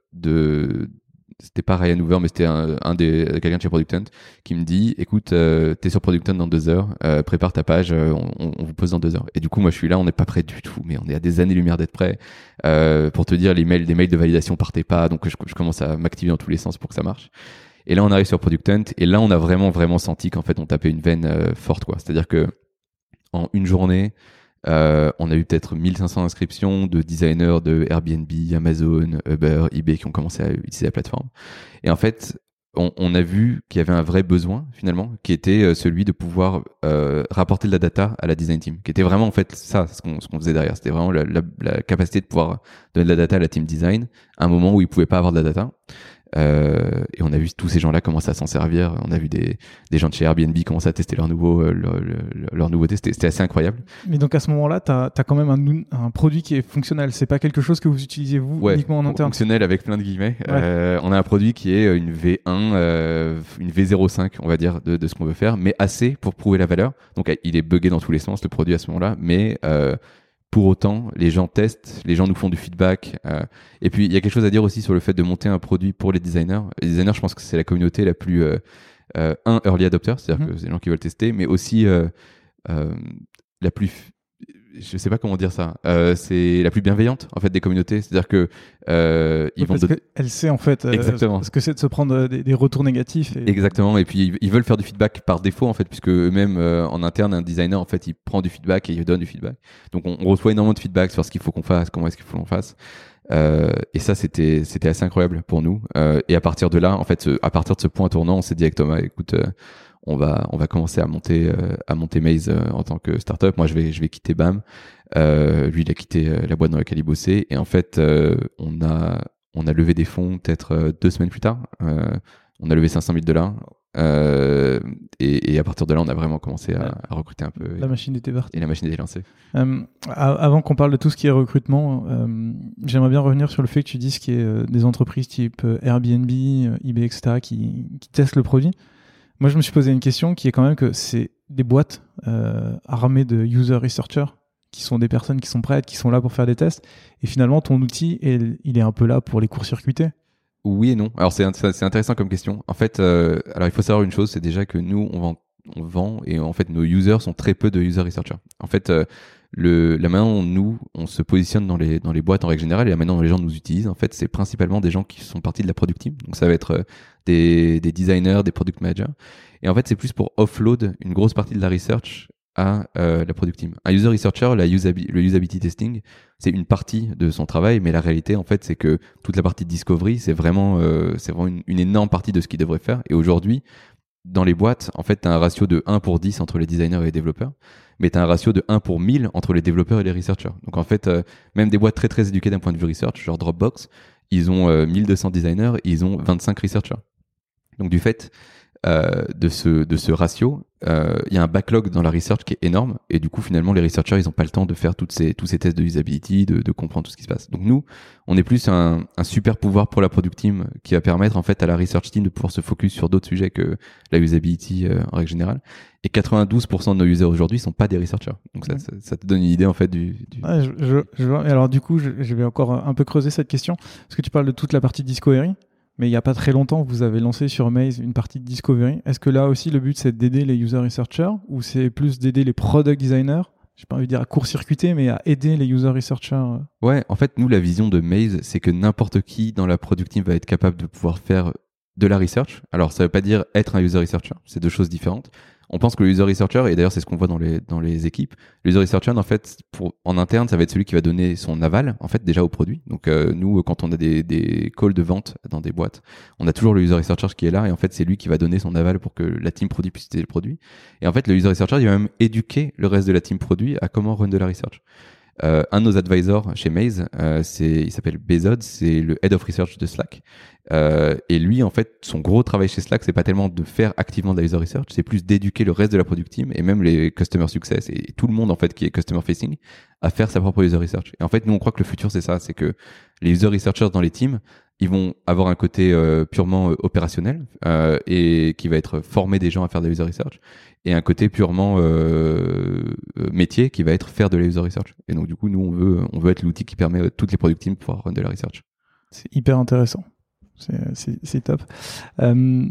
[SPEAKER 2] de. C'était pas Ryan Hoover, mais c'était un, un des quelqu'un de chez Product Hunt qui me dit écoute, euh, t'es sur Product Hunt dans deux heures, euh, prépare ta page, euh, on, on vous pose dans deux heures. Et du coup, moi, je suis là, on n'est pas prêt du tout, mais on est à des années-lumière d'être prêt. Euh, pour te dire, les mails, des mails de validation partaient pas, donc je, je commence à m'activer dans tous les sens pour que ça marche. Et là, on arrive sur Product Hunt, et là, on a vraiment, vraiment senti qu'en fait, on tapait une veine euh, forte, quoi. C'est-à-dire que en une journée, Euh, on a eu peut-être mille cinq cents inscriptions de designers de Airbnb, Amazon, Uber, eBay qui ont commencé à utiliser la plateforme. Et en fait, on, on a vu qu'il y avait un vrai besoin finalement, qui était celui de pouvoir euh, rapporter de la data à la design team, qui était vraiment en fait ça, ce qu'on, ce qu'on faisait derrière. C'était vraiment la, la, la capacité de pouvoir donner de la data à la team design à un moment où ils pouvaient pas avoir de la data. Euh, et on a vu tous ces gens-là commencer à s'en servir. On a vu des, des gens de chez Airbnb commencer à tester leurs nouveaux, euh, leur, leur, leur nouveautés. C'était, c'était assez incroyable.
[SPEAKER 1] Mais donc à ce moment-là, tu as quand même un, un produit qui est fonctionnel. C'est pas quelque chose que vous utilisez vous
[SPEAKER 2] ouais,
[SPEAKER 1] uniquement en interne.
[SPEAKER 2] Fonctionnel avec plein de guillemets.
[SPEAKER 1] Ouais.
[SPEAKER 2] Euh, on a un produit qui est une V un, euh, une V zéro cinq, on va dire, de, de ce qu'on veut faire, mais assez pour prouver la valeur. Donc il est buggé dans tous les sens, le produit à ce moment-là, mais euh, pour autant, les gens testent, les gens nous font du feedback. Euh, et puis, il y a quelque chose à dire aussi sur le fait de monter un produit pour les designers. Les designers, je pense que c'est la communauté la plus, euh, euh, un, early adopter, c'est-à-dire mmh. que c'est les gens qui veulent tester, mais aussi euh, euh, la plus, je sais pas comment dire ça, euh, c'est la plus bienveillante en fait des communautés. C'est-à-dire que euh, ils
[SPEAKER 1] oui,
[SPEAKER 2] vont.
[SPEAKER 1] Parce de... qu'elle sait en fait
[SPEAKER 2] Exactement.
[SPEAKER 1] Euh, ce que c'est de se prendre des, des retours négatifs. Et...
[SPEAKER 2] Exactement. Et puis ils veulent faire du feedback par défaut en fait, puisque eux-mêmes euh, en interne, un designer en fait, il prend du feedback et il donne du feedback. Donc on, on reçoit énormément de feedback sur ce qu'il faut qu'on fasse, comment est-ce qu'il faut qu'on fasse. Euh, et ça, c'était c'était assez incroyable pour nous. Euh, et à partir de là, en fait, à partir de ce point tournant, on s'est dit avec Thomas, écoute. Euh, on va on va commencer à monter euh, à monter Maze euh, en tant que startup. Moi je vais je vais quitter B A M. Euh, lui il a quitté euh, la boîte dans laquelle il bossait et en fait euh, on a on a levé des fonds peut-être euh, deux semaines plus tard. Euh, on a levé cinq cent mille dollars euh, et, et à partir de là on a vraiment commencé à, à recruter un peu.
[SPEAKER 1] La
[SPEAKER 2] et,
[SPEAKER 1] machine était partie.
[SPEAKER 2] Et la machine était lancée.
[SPEAKER 1] Euh, avant qu'on parle de tout ce qui est recrutement, euh, j'aimerais bien revenir sur le fait que tu dises qu'il y a euh, des entreprises type euh, Airbnb, euh, eBay, et cetera qui, qui testent le produit. Moi, je me suis posé une question qui est quand même que c'est des boîtes euh, armées de user researchers qui sont des personnes qui sont prêtes, qui sont là pour faire des tests. Et finalement, ton outil, il, il est un peu là pour les court-circuiter.
[SPEAKER 2] Oui et non. Alors, c'est, c'est intéressant comme question. En fait, euh, alors il faut savoir une chose, c'est déjà que nous, on vend, on vend et en fait, nos users sont très peu de user researchers. En fait, euh, le, la manière dont nous, on se positionne dans les, dans les boîtes en règle générale et la manière dont les gens nous utilisent, en fait, c'est principalement des gens qui sont partis de la product team. Donc, ça va être euh, des, des designers, des product managers. Et en fait, c'est plus pour offload une grosse partie de la research à euh, la product team. Un user researcher, la usabi- le usability testing, c'est une partie de son travail, mais la réalité, en fait, c'est que toute la partie de discovery, c'est vraiment, euh, c'est vraiment une, une énorme partie de ce qu'il devrait faire. Et aujourd'hui, dans les boîtes, en fait, tu as un ratio de un pour dix entre les designers et les développeurs, mais tu as un ratio de un pour mille entre les développeurs et les researchers. Donc, en fait, euh, même des boîtes très, très éduquées d'un point de vue research, genre Dropbox, ils ont euh, mille deux cents designers et ils ont vingt-cinq researchers. Donc, du fait euh, de, ce, de ce ratio, il euh, y a un backlog dans la research qui est énorme et du coup, finalement, les researchers, ils n'ont pas le temps de faire toutes ces, tous ces tests de usability, de, de comprendre tout ce qui se passe. Donc, nous, on est plus un, un super pouvoir pour la product team qui va permettre en fait à la research team de pouvoir se focus sur d'autres sujets que la usability euh, en règle générale. Et quatre-vingt-douze pour cent de nos users aujourd'hui sont pas des researchers. Donc ça, mmh. ça, ça te donne une idée en fait du. du...
[SPEAKER 1] Ouais, je, je, je vois. Et alors du coup, je, je vais encore un peu creuser cette question parce que tu parles de toute la partie discovery, mais il y a pas très longtemps, vous avez lancé sur Maze une partie de discovery. Est-ce que là aussi le but c'est d'aider les user researchers ou c'est plus d'aider les product designers? J'ai pas envie de dire à court-circuiter, mais à aider les user researchers.
[SPEAKER 2] Ouais, en fait, nous, la vision de Maze, c'est que n'importe qui dans la product team va être capable de pouvoir faire de la research. Alors, ça veut pas dire être un user researcher. C'est deux choses différentes. On pense que le user researcher, et d'ailleurs, c'est ce qu'on voit dans les, dans les équipes, le user researcher, en fait, pour, en interne, ça va être celui qui va donner son aval, en fait, déjà au produit. Donc, euh, nous, quand on a des, des calls de vente dans des boîtes, on a toujours le user researcher qui est là, et en fait, c'est lui qui va donner son aval pour que la team produit puisse utiliser le produit. Et en fait, le user researcher, il va même éduquer le reste de la team produit à comment run de la research. Euh, un de nos advisors chez Maze, euh, c'est, il s'appelle Bezod, c'est le head of research de Slack. Euh, et lui, en fait, son gros travail chez Slack, c'est pas tellement de faire activement de la user research, c'est plus d'éduquer le reste de la product team et même les customer success et tout le monde en fait qui est customer facing à faire sa propre user research. Et en fait, nous on croit que le futur c'est ça, c'est que les user researchers dans les teams Ils vont avoir un côté euh, purement euh, opérationnel euh, et qui va être former des gens à faire de la user research, et un côté purement euh, métier qui va être faire de la user research. Et donc du coup, nous, on veut, on veut être l'outil qui permet à toutes les product teams de pouvoir run de la research.
[SPEAKER 1] C'est hyper intéressant. C'est, c'est, c'est top. Euh,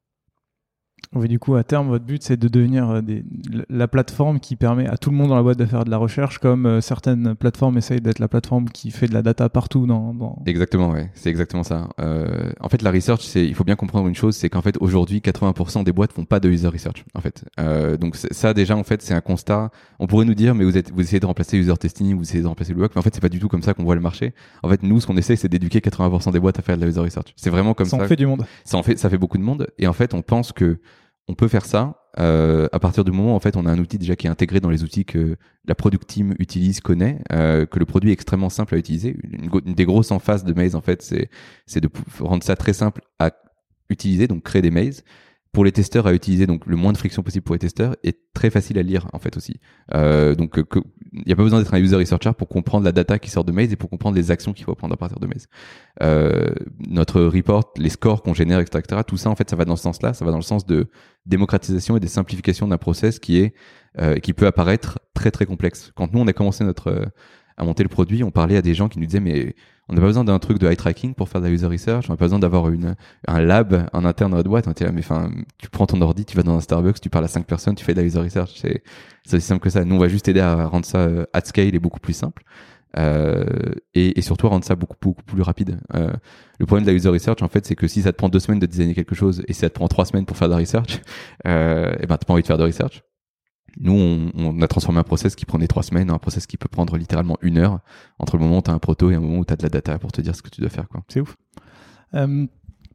[SPEAKER 1] Oui, du coup, à terme, votre but, c'est de devenir des, la plateforme qui permet à tout le monde dans la boîte de faire de la recherche, comme euh, certaines plateformes essayent d'être la plateforme qui fait de la data partout dans... dans...
[SPEAKER 2] Exactement, ouais. C'est exactement ça. Euh, en fait, la research, c'est, il faut bien comprendre une chose, c'est qu'en fait, aujourd'hui, quatre-vingts pour cent des boîtes font pas de user research, en fait. Euh, donc ça, déjà, en fait, c'est un constat. On pourrait nous dire, mais vous êtes, vous essayez de remplacer user testing, vous essayez de remplacer le work, mais en fait, c'est pas du tout comme ça qu'on voit le marché. En fait, nous, ce qu'on essaie, c'est d'éduquer quatre-vingts pour cent des boîtes à faire de la user research. C'est vraiment comme ça.
[SPEAKER 1] Ça en fait du monde.
[SPEAKER 2] Ça en fait, ça fait beaucoup de monde. Et en fait, on pense que on peut faire ça euh, à partir du moment où en fait on a un outil déjà qui est intégré dans les outils que la product team utilise, connaît, euh, que le produit est extrêmement simple à utiliser. Une, une des grosses en face de Maze en fait, c'est c'est de rendre ça très simple à utiliser, donc créer des Maze. Pour les testeurs à utiliser, donc le moins de friction possible pour les testeurs, et très facile à lire en fait aussi. Euh, donc il n'y a pas besoin d'être un user researcher pour comprendre la data qui sort de Maze et pour comprendre les actions qu'il faut prendre à partir de Maze. Euh, notre report, les scores qu'on génère, et cetera, et cetera, tout ça en fait ça va dans ce sens-là, ça va dans le sens de démocratisation et de simplification d'un process qui est euh, qui peut apparaître très très complexe. Quand nous on a commencé notre euh, à monter le produit, on parlait à des gens qui nous disaient mais on n'a pas besoin d'un truc de eye tracking pour faire de la user research, on n'a pas besoin d'avoir une un lab en interne dans notre boîte. On était là, mais enfin, tu prends ton ordi, tu vas dans un Starbucks, tu parles à cinq personnes, tu fais de la user research. C'est c'est aussi simple que ça. Nous, on va juste aider à rendre ça euh, at scale et beaucoup plus simple, euh, et, et surtout à rendre ça beaucoup beaucoup plus rapide. Euh, le problème de la user research, en fait, c'est que si ça te prend deux semaines de designer quelque chose et si ça te prend trois semaines pour faire de la research, euh, et ben t'as pas envie de faire de research. Nous, on, on a transformé un process qui prenait trois semaines en un process qui peut prendre littéralement une heure entre le moment où tu as un proto et un moment où tu as de la data pour te dire ce que tu dois faire, quoi.
[SPEAKER 1] C'est ouf. Euh,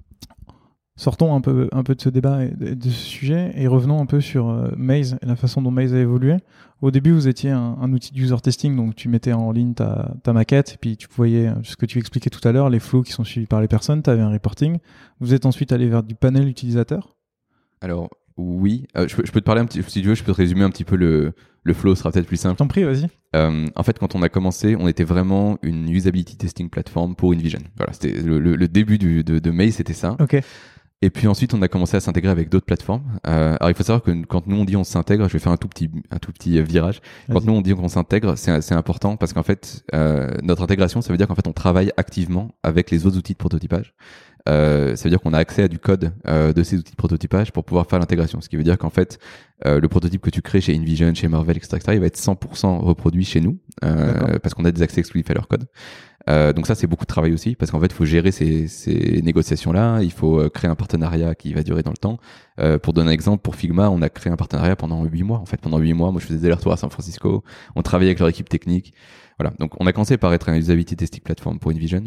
[SPEAKER 1] sortons un peu, un peu de ce débat et de, de ce sujet et revenons un peu sur euh, Maze et la façon dont Maze a évolué. Au début, vous étiez un, un outil de user testing, donc tu mettais en ligne ta, ta maquette et puis tu voyais ce que tu expliquais tout à l'heure, les flows qui sont suivis par les personnes, tu avais un reporting. Vous êtes ensuite allé vers du panel utilisateur.
[SPEAKER 2] Alors, oui, euh, je, peux, je peux te parler un petit, si tu veux, je peux te résumer un petit peu le, le flow, ce sera peut-être plus simple.
[SPEAKER 1] Je t'en prie, vas-y.
[SPEAKER 2] Euh, en fait, quand on a commencé, on était vraiment une usability testing platform pour InVision. Voilà, c'était le, le, le début du, de, de Maze, c'était ça.
[SPEAKER 1] Ok.
[SPEAKER 2] Et puis ensuite, on a commencé à s'intégrer avec d'autres plateformes. Euh, alors, il faut savoir que quand nous on dit on s'intègre, je vais faire un tout petit, un tout petit virage. Quand
[SPEAKER 1] Vas-y.
[SPEAKER 2] nous on dit qu'on s'intègre, c'est, c'est important parce qu'en fait, euh, notre intégration, ça veut dire qu'en fait, on travaille activement avec les autres outils de prototypage. Euh, ça veut dire qu'on a accès à du code euh, de ces outils de prototypage pour pouvoir faire l'intégration. Ce qui veut dire qu'en fait, euh, le prototype que tu crées chez InVision, chez Marvell, et cetera, et cetera, il va être cent pour cent reproduit chez nous euh, parce qu'on a des accès exclusifs à leur code. Euh, donc ça, c'est beaucoup de travail aussi parce qu'en fait, il faut gérer ces, ces négociations-là. Il faut euh, créer un partenariat qui va durer dans le temps. Euh, pour donner un exemple, pour Figma, on a créé un partenariat pendant huit mois. En fait, pendant huit mois, moi, je faisais des allers-retours à San Francisco. On travaillait avec leur équipe technique. Voilà. Donc, on a commencé par être un usability testing platform pour InVision.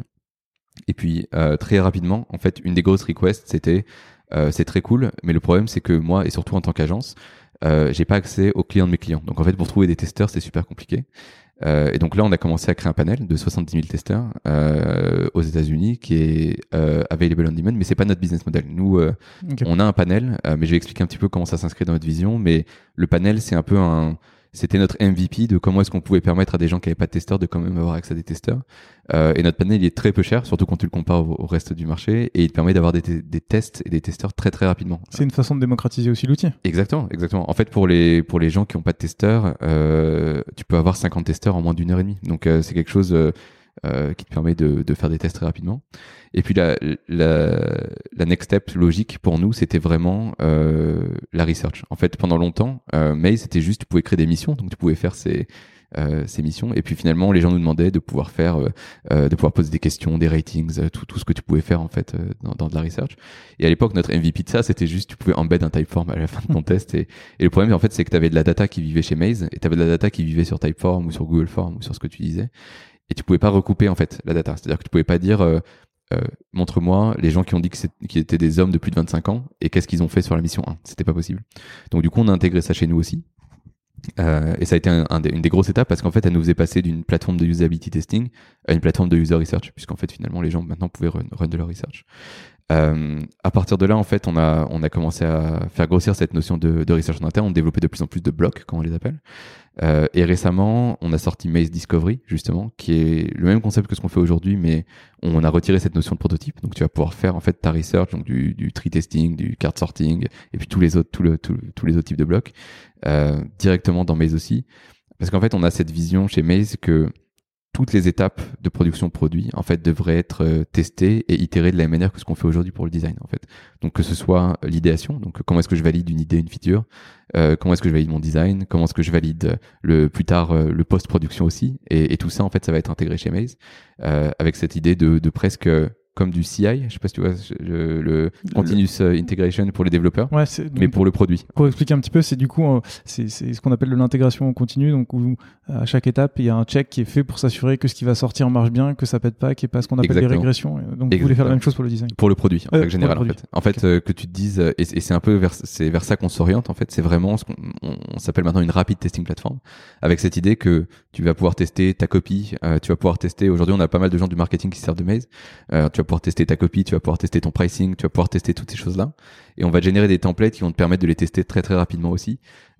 [SPEAKER 2] Et puis euh, très rapidement, en fait, une des grosses requests, c'était euh, c'est très cool, mais le problème c'est que moi et surtout en tant qu'agence, euh, j'ai pas accès aux clients de mes clients. Donc en fait, pour trouver des testeurs, c'est super compliqué. Euh, et donc là, on a commencé à créer un panel de soixante-dix mille testeurs euh, aux États-Unis qui est euh, available on demand, mais c'est pas notre business model. Nous, euh, okay. on a un panel, euh, mais je vais expliquer un petit peu comment ça s'inscrit dans notre vision. Mais le panel, c'est un peu un C'était notre M V P de comment est-ce qu'on pouvait permettre à des gens qui n'avaient pas de testeurs de quand même avoir accès à des testeurs. Euh, et notre panel, il est très peu cher, surtout quand tu le compares au, au reste du marché, et il te permet d'avoir des, t- des tests et des testeurs très très rapidement.
[SPEAKER 1] C'est une façon de démocratiser aussi l'outil.
[SPEAKER 2] Exactement, exactement. En fait, pour les pour les gens qui n'ont pas de testeurs, euh, tu peux avoir cinquante testeurs en moins d'une heure et demie. Donc euh, c'est quelque chose euh, euh, qui te permet de, de faire des tests très rapidement. Et puis la, la, la next step logique pour nous, c'était vraiment euh, la research. En fait, pendant longtemps, euh, Maze, c'était juste, tu pouvais créer des missions, donc tu pouvais faire ces, euh, ces missions. Et puis finalement, les gens nous demandaient de pouvoir faire, euh, de pouvoir poser des questions, des ratings, euh, tout, tout ce que tu pouvais faire en fait euh, dans, dans de la research. Et à l'époque, notre M V P de ça, c'était juste, tu pouvais embed un typeform à la fin de ton test. Et, et le problème, en fait, c'est que tu avais de la data qui vivait chez Maze, et tu avais de la data qui vivait sur Typeform ou sur Google Form ou sur ce que tu disais. Et tu pouvais pas recouper en fait la data. C'est-à-dire que tu pouvais pas dire euh, Euh, montre-moi les gens qui ont dit que c'est, qu'ils étaient des hommes de plus de vingt-cinq ans et qu'est-ce qu'ils ont fait sur la mission un. C'était pas possible. Donc du coup, on a intégré ça chez nous aussi. Euh, et ça a été un, un des, une des grosses étapes parce qu'en fait, elle nous faisait passer d'une plateforme de usability testing à une plateforme de user research, puisqu'en fait, finalement, les gens maintenant pouvaient run, run de leur research. Euh, à partir de là, en fait, on a, on a commencé à faire grossir cette notion de, de research en interne. On développait de plus en plus de blocs, comme on les appelle. Euh, et récemment, on a sorti Maze Discovery, justement, qui est le même concept que ce qu'on fait aujourd'hui, mais on a retiré cette notion de prototype. Donc, tu vas pouvoir faire, en fait, ta research, donc du, du tree testing, du card sorting, et puis tous les autres, tout le, tout, tous les autres types de blocs, euh, directement dans Maze aussi. Parce qu'en fait, on a cette vision chez Maze que toutes les étapes de production produit, en fait, devraient être euh, testées et itérées de la même manière que ce qu'on fait aujourd'hui pour le design, en fait. Donc, que ce soit l'idéation, donc comment est-ce que je valide une idée, une feature, euh, comment est-ce que je valide mon design, comment est-ce que je valide le plus tard euh, le post-production aussi, et, et tout ça, en fait, ça va être intégré chez Maze, euh, avec cette idée de, de presque comme du C I, je sais pas si tu vois le, le continuous integration pour les développeurs,
[SPEAKER 1] ouais, c'est,
[SPEAKER 2] mais pour le produit.
[SPEAKER 1] Pour expliquer un petit peu, c'est du coup euh, c'est, c'est ce qu'on appelle de l'intégration continue, donc où à chaque étape il y a un check qui est fait pour s'assurer que ce qui va sortir marche bien, que ça pète pas, qu'il n'y ait pas ce qu'on appelle
[SPEAKER 2] Exactement.
[SPEAKER 1] des régressions. Donc Exactement. Vous voulez faire la même chose pour le design.
[SPEAKER 2] Pour le produit, en
[SPEAKER 1] euh,
[SPEAKER 2] fait, général, en fait. En fait, okay. euh, que tu te dises, et, et c'est un peu vers, c'est vers ça qu'on s'oriente, en fait, c'est vraiment ce qu'on on, on s'appelle maintenant une rapid testing platform, avec cette idée que tu vas pouvoir tester ta copie, euh, tu vas pouvoir tester. Aujourd'hui, on a pas mal de gens du marketing qui servent de Maze. Euh, tu vas pouvoir tester ta copie. Tu vas pouvoir tester ton pricing, tu vas pouvoir tester toutes ces choses-là. Et on va générer des templates qui vont te permettre de les tester très très rapidement aussi,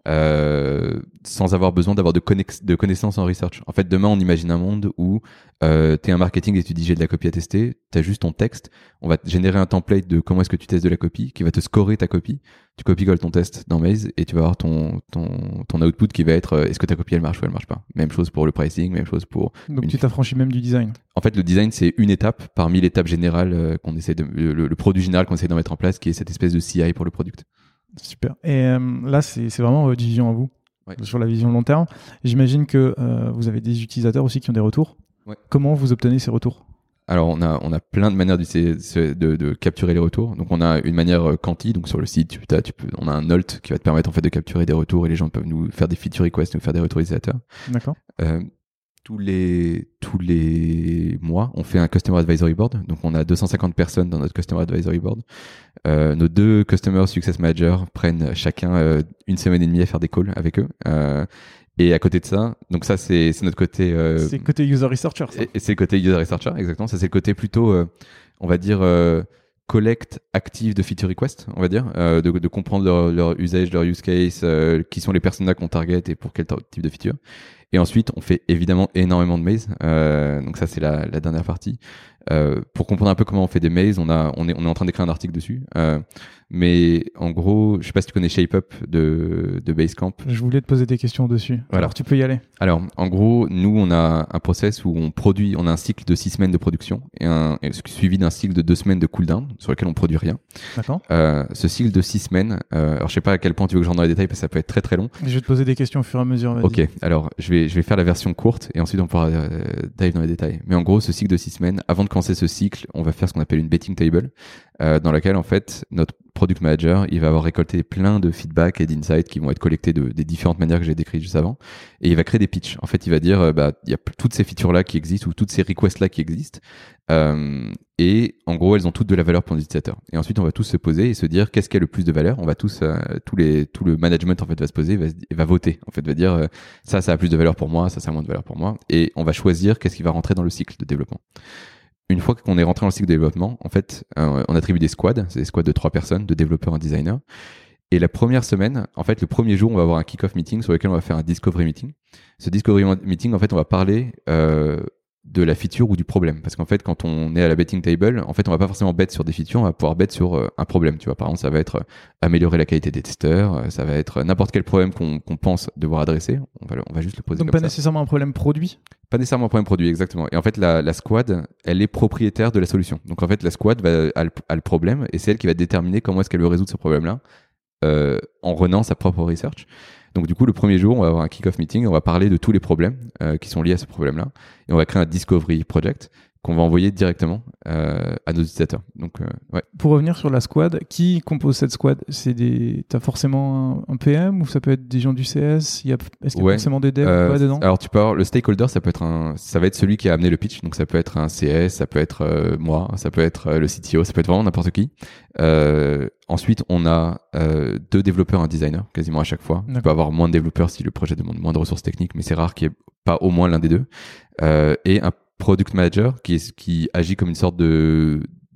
[SPEAKER 2] euh, sans avoir besoin d'avoir de, connex- de connaissances en research. En fait, demain, on imagine un monde où euh, tu es un marketing et tu dis j'ai de la copie à tester, tu as juste ton texte, on va te générer un template de comment est-ce que tu testes de la copie, qui va te scorer ta copie. Tu copies-colles ton test dans Maze et tu vas avoir ton, ton, ton output qui va être euh, est-ce que ta copie elle marche ou elle marche pas. Même chose pour le pricing, même chose pour...
[SPEAKER 1] Donc tu t'affranchis même du design.
[SPEAKER 2] En fait, le design, c'est une étape parmi l'étape générale euh, qu'on essaie de, le, le produit général qu'on essaie de mettre en place, qui est cette espèce de C I pour le product.
[SPEAKER 1] Super. Et euh, là, c'est, c'est vraiment votre vision à vous, ouais. Sur la vision long terme. J'imagine que euh, vous avez des utilisateurs aussi qui ont des retours. Ouais. Comment vous obtenez ces retours ?
[SPEAKER 2] Alors, on a, on a plein de manières de, de, de capturer les retours. Donc, on a une manière quanti. Donc, sur le site, tu, tu peux, on a un Alt qui va te permettre en fait de capturer des retours et les gens peuvent nous faire des feature requests, nous faire des retours utilisateurs.
[SPEAKER 1] D'accord.
[SPEAKER 2] Euh, tous les, tous les mois, on fait un Customer Advisory Board. Donc, on a deux cent cinquante personnes dans notre Customer Advisory Board. Euh, nos deux Customer Success Managers prennent chacun euh, une semaine et demie à faire des calls avec eux. Euh, Et à côté de ça, donc ça c'est, c'est notre côté... Euh,
[SPEAKER 1] c'est le côté user researcher, ça.
[SPEAKER 2] Et, et c'est le côté user researcher, exactement. Ça c'est le côté plutôt, euh, on va dire, euh, collecte active de feature request, on va dire, euh, de, de comprendre leur, leur usage, leur use case, euh, qui sont les personas qu'on target et pour quel type de feature. Et ensuite, on fait évidemment énormément de maze. Euh, donc ça c'est la, la dernière partie. Euh, pour comprendre un peu comment on fait des maze, on a, on est, on est en train d'écrire un article dessus. Euh, mais en gros, je sais pas si tu connais ShapeUp de, de Basecamp.
[SPEAKER 1] Je voulais te poser des questions dessus. Voilà. Alors tu peux y aller.
[SPEAKER 2] Alors, en gros, nous, on a un process où on produit, on a un cycle de six semaines de production et un, et suivi d'un cycle de deux semaines de cooldown sur lequel on produit rien.
[SPEAKER 1] D'accord.
[SPEAKER 2] Euh, ce cycle de six semaines, euh, alors je sais pas à quel point tu veux que je rentre dans les détails parce que ça peut être très très long.
[SPEAKER 1] Je vais te poser des questions au fur et à mesure. Vas-y.
[SPEAKER 2] Ok. Alors, je vais, je vais faire la version courte et ensuite on pourra euh, dive dans les détails. Mais en gros, ce cycle de six semaines, avant de commencer ce cycle, on va faire ce qu'on appelle une betting table, euh, dans laquelle en fait notre product manager, il va avoir récolté plein de feedback et d'insights qui vont être collectés de, des différentes manières que j'ai décrites juste avant. Et il va créer des pitchs. En fait, il va dire, euh, bah, il y a toutes ces features-là qui existent ou toutes ces requests-là qui existent. Euh, et en gros, elles ont toutes de la valeur pour les utilisateurs. Et ensuite, on va tous se poser et se dire, qu'est-ce qui a le plus de valeur? On va tous, euh, tous les, tout le management, en fait, va se poser, va, va voter. En fait, va dire, euh, ça, ça a plus de valeur pour moi, ça, ça a moins de valeur pour moi. Et on va choisir qu'est-ce qui va rentrer dans le cycle de développement. Une fois qu'on est rentré dans le cycle de développement, en fait, euh, on attribue des squads, c'est des squads de trois personnes, de développeurs et designers. Et la première semaine, en fait, le premier jour, on va avoir un kick-off meeting sur lequel on va faire un discovery meeting. Ce discovery meeting, en fait, on va parler euh, de la feature ou du problème. Parce qu'en fait, quand on est à la betting table, en fait, on va pas forcément bet sur des features, on va pouvoir bet sur euh, un problème. Tu vois, par exemple, ça va être euh, améliorer la qualité des testeurs, euh, ça va être n'importe quel problème qu'on, qu'on pense devoir adresser. On va, on va juste le poser.
[SPEAKER 1] Donc
[SPEAKER 2] comme
[SPEAKER 1] pas
[SPEAKER 2] ça.
[SPEAKER 1] Nécessairement un problème produit.
[SPEAKER 2] Pas nécessairement un problème produit, exactement. Et en fait, la, la squad, elle est propriétaire de la solution. Donc en fait, la squad va, a, le, a le problème et c'est elle qui va déterminer comment est-ce qu'elle veut résoudre ce problème-là euh, en renant sa propre research. Donc du coup, le premier jour, on va avoir un kick-off meeting, on va parler de tous les problèmes euh, qui sont liés à ce problème-là et on va créer un discovery project qu'on va envoyer directement euh, à nos utilisateurs. Donc, euh, ouais.
[SPEAKER 1] Pour revenir sur la squad, qui compose cette squad? C'est des, t'as forcément un, un P M ou ça peut être des gens du C S? Il y a, est-ce qu'il y a
[SPEAKER 2] ouais.
[SPEAKER 1] forcément des devs
[SPEAKER 2] euh,
[SPEAKER 1] ou pas dedans?
[SPEAKER 2] Alors tu peux avoir le stakeholder, ça peut être un, ça va être celui qui a amené le pitch. Donc ça peut être un C S, ça peut être euh, moi, ça peut être euh, le C T O, ça peut être vraiment n'importe qui. Euh, ensuite, on a euh, deux développeurs, un designer, quasiment à chaque fois. Tu peux avoir moins de développeurs si le projet demande moins de ressources techniques, mais c'est rare qu'il n'y ait pas au moins l'un des deux. Euh, et un product manager qui, est, qui agit comme une sorte de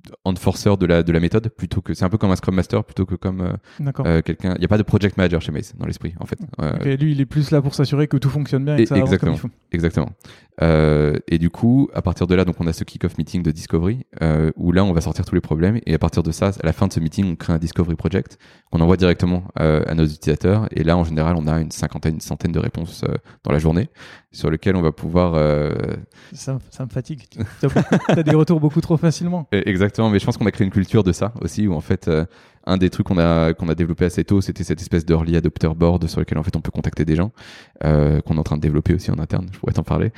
[SPEAKER 2] enforcer de la de la méthode plutôt que c'est un peu comme un Scrum Master plutôt que comme euh, euh, quelqu'un. Il y a pas de project manager chez Maze dans l'esprit en fait. Euh,
[SPEAKER 1] okay, lui il est plus là pour s'assurer que tout fonctionne bien et, et que ça avance comme il faut.
[SPEAKER 2] Exactement. Euh, et du coup, à partir de là, donc on a ce kick-off meeting de discovery euh, où là on va sortir tous les problèmes et à partir de ça, à la fin de ce meeting, on crée un discovery project qu'on envoie directement euh, à nos utilisateurs et là en général on a une cinquantaine, une centaine de réponses euh, dans la journée sur lesquelles on va pouvoir. Euh...
[SPEAKER 1] Ça, ça me fatigue. Tu as des retours beaucoup trop facilement.
[SPEAKER 2] Exactement, mais je pense qu'on a créé une culture de ça aussi où en fait. Euh, Un des trucs qu'on a qu'on a développé assez tôt, c'était cette espèce d'early adopter board sur lequel en fait on peut contacter des gens euh, qu'on est en train de développer aussi en interne. Je pourrais t'en parler.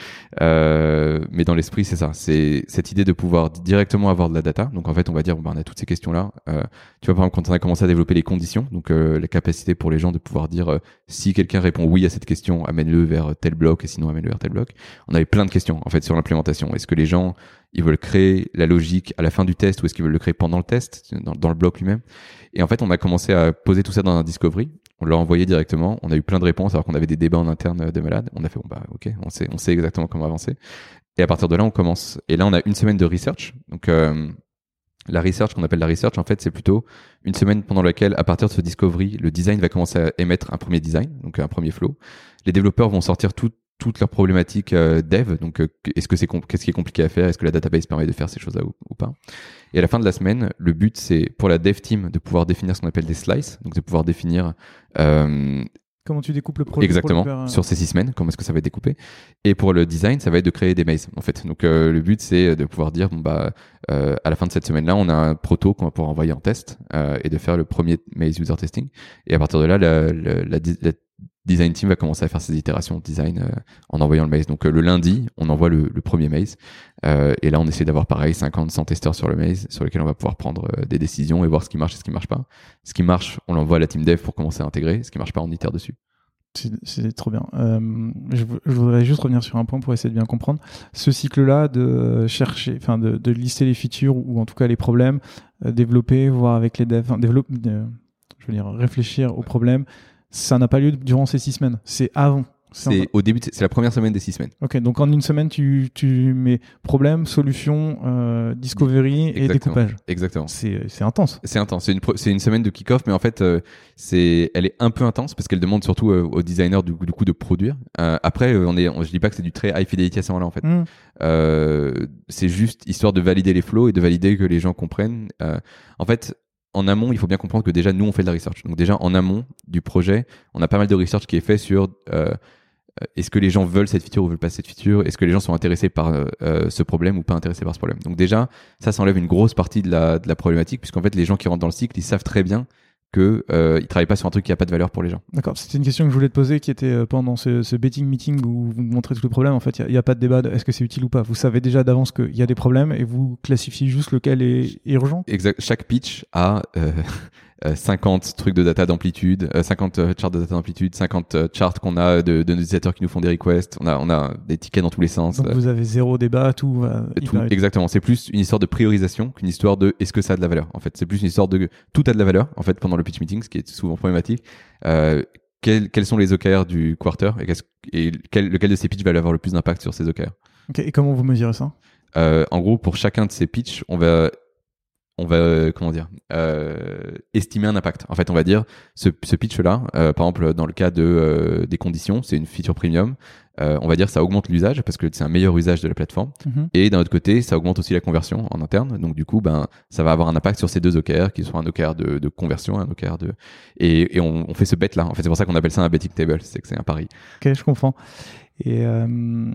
[SPEAKER 2] Euh, mais dans l'esprit, c'est ça. C'est cette idée de pouvoir directement avoir de la data. Donc en fait, on va dire bon, ben, on a toutes ces questions là. Euh, tu vois par exemple quand on a commencé à développer les conditions, donc euh, la capacité pour les gens de pouvoir dire euh, si quelqu'un répond oui à cette question, amène-le vers tel bloc et sinon amène-le vers tel bloc. On avait plein de questions en fait sur l'implémentation. Est-ce que les gens ils veulent créer la logique à la fin du test ou est-ce qu'ils veulent le créer pendant le test, dans, dans le bloc lui-même? Et en fait, on a commencé à poser tout ça dans un discovery. On l'a envoyé directement. On a eu plein de réponses alors qu'on avait des débats en interne de malades. On a fait, bon, bah, ok, on sait, on sait exactement comment avancer. Et à partir de là, on commence. Et là, on a une semaine de research. Donc, euh, la research, qu'on appelle la research, en fait, c'est plutôt une semaine pendant laquelle, à partir de ce discovery, le design va commencer à émettre un premier design, donc un premier flow. Les développeurs vont sortir tout, toutes leurs problématiques euh, dev, donc euh, est-ce que c'est qu'est-ce qui est compliqué à faire, est-ce que la database permet de faire ces choses-là ou, ou pas. Et à la fin de la semaine, le but c'est pour la dev team de pouvoir définir ce qu'on appelle des slices, donc de pouvoir définir euh,
[SPEAKER 1] comment tu découpes le projet
[SPEAKER 2] exactement
[SPEAKER 1] pour le faire...
[SPEAKER 2] sur ces six semaines, comment est-ce que ça va être découpé. Et pour le design, ça va être de créer des mazes en fait. Donc euh, le but c'est de pouvoir dire bon bah euh, à la fin de cette semaine-là, on a un proto qu'on va pouvoir envoyer en test euh, et de faire le premier maze user testing. Et à partir de là, la, la, la, la design team va commencer à faire ses itérations de design euh, en envoyant le maze. Donc euh, le lundi, on envoie le, le premier maze euh, et là on essaie d'avoir pareil cinquante cent testeurs sur le maze sur lesquels on va pouvoir prendre euh, des décisions et voir ce qui marche et ce qui marche pas. Ce qui marche, on l'envoie à la team dev pour commencer à intégrer. Ce qui marche pas, on itère dessus.
[SPEAKER 1] C'est, c'est trop bien. Euh, je, je voudrais juste revenir sur un point pour essayer de bien comprendre. Ce cycle-là de chercher, enfin de, de lister les features ou en tout cas les problèmes, euh, développer, voir avec les devs, enfin, développer, euh, je veux dire réfléchir aux problèmes. Ça n'a pas lieu durant ces six semaines. C'est avant.
[SPEAKER 2] C'est, c'est au début, c'est la première semaine des six semaines.
[SPEAKER 1] Ok, donc en une semaine, tu, tu mets problème, solution, euh, discovery
[SPEAKER 2] Exactement.
[SPEAKER 1] Et découpage.
[SPEAKER 2] Exactement.
[SPEAKER 1] C'est, c'est intense.
[SPEAKER 2] C'est intense. C'est une, c'est une semaine de kick-off, mais en fait, euh, c'est, elle est un peu intense parce qu'elle demande surtout euh, aux designers du, du coup de produire. Euh, après, euh, on est, on, je dis pas que c'est du très high fidelity à ce moment-là en fait. Mm. Euh, c'est juste histoire de valider les flows et de valider que les gens comprennent. Euh, en fait. En amont, il faut bien comprendre que déjà, nous, on fait de la research. Donc déjà, en amont du projet, on a pas mal de research qui est fait sur euh, est-ce que les gens veulent cette feature ou veulent pas cette feature, est-ce que les gens sont intéressés par euh, ce problème ou pas intéressés par ce problème. Donc déjà, ça, ça enlève une grosse partie de la, de la problématique, puisqu'en fait, les gens qui rentrent dans le cycle, ils savent très bien que euh, ils travaillent pas sur un truc qui a pas de valeur pour les gens.
[SPEAKER 1] D'accord, c'était une question que je voulais te poser qui était euh, pendant ce, ce betting meeting où vous montrez tout le problème. En fait, il n'y a, a pas de débat de est-ce que c'est utile ou pas. Vous savez déjà d'avance qu'il y a des problèmes et vous classifiez juste lequel est urgent.
[SPEAKER 2] Exact. Chaque pitch a euh, cinquante trucs de data d'amplitude, cinquante charts de data d'amplitude, cinquante charts qu'on a de, de nos utilisateurs qui nous font des requests. On a, on a des tickets dans tous les sens.
[SPEAKER 1] Donc vous avez zéro débat, tout va
[SPEAKER 2] tout, exactement. C'est plus une histoire de priorisation qu'une histoire de est-ce que ça a de la valeur. En fait, c'est plus une histoire de tout a de la valeur. En fait, pendant le pitch meeting, ce qui est souvent problématique. Euh, quels, quels sont les O K R du quarter et, qu'est-ce, et quel, lequel de ces pitchs va avoir le plus d'impact sur ces O K R.
[SPEAKER 1] Okay, et comment vous mesurez ça?
[SPEAKER 2] euh, En gros, pour chacun de ces pitchs, on va on va euh, comment dire euh, estimer un impact. En fait, on va dire ce, ce pitch-là, euh, par exemple dans le cas de euh, des conditions, c'est une feature premium. Euh, on va dire ça augmente l'usage parce que c'est un meilleur usage de la plateforme. Mm-hmm. Et d'un autre côté, ça augmente aussi la conversion en interne. Donc du coup, ben ça va avoir un impact sur ces deux O K R qui sont un O K R de, de conversion, un O K R de et, et on, on fait ce bet là. En fait, c'est pour ça qu'on appelle ça un betting table. C'est que c'est un pari.
[SPEAKER 1] Ok, je comprends. Et euh...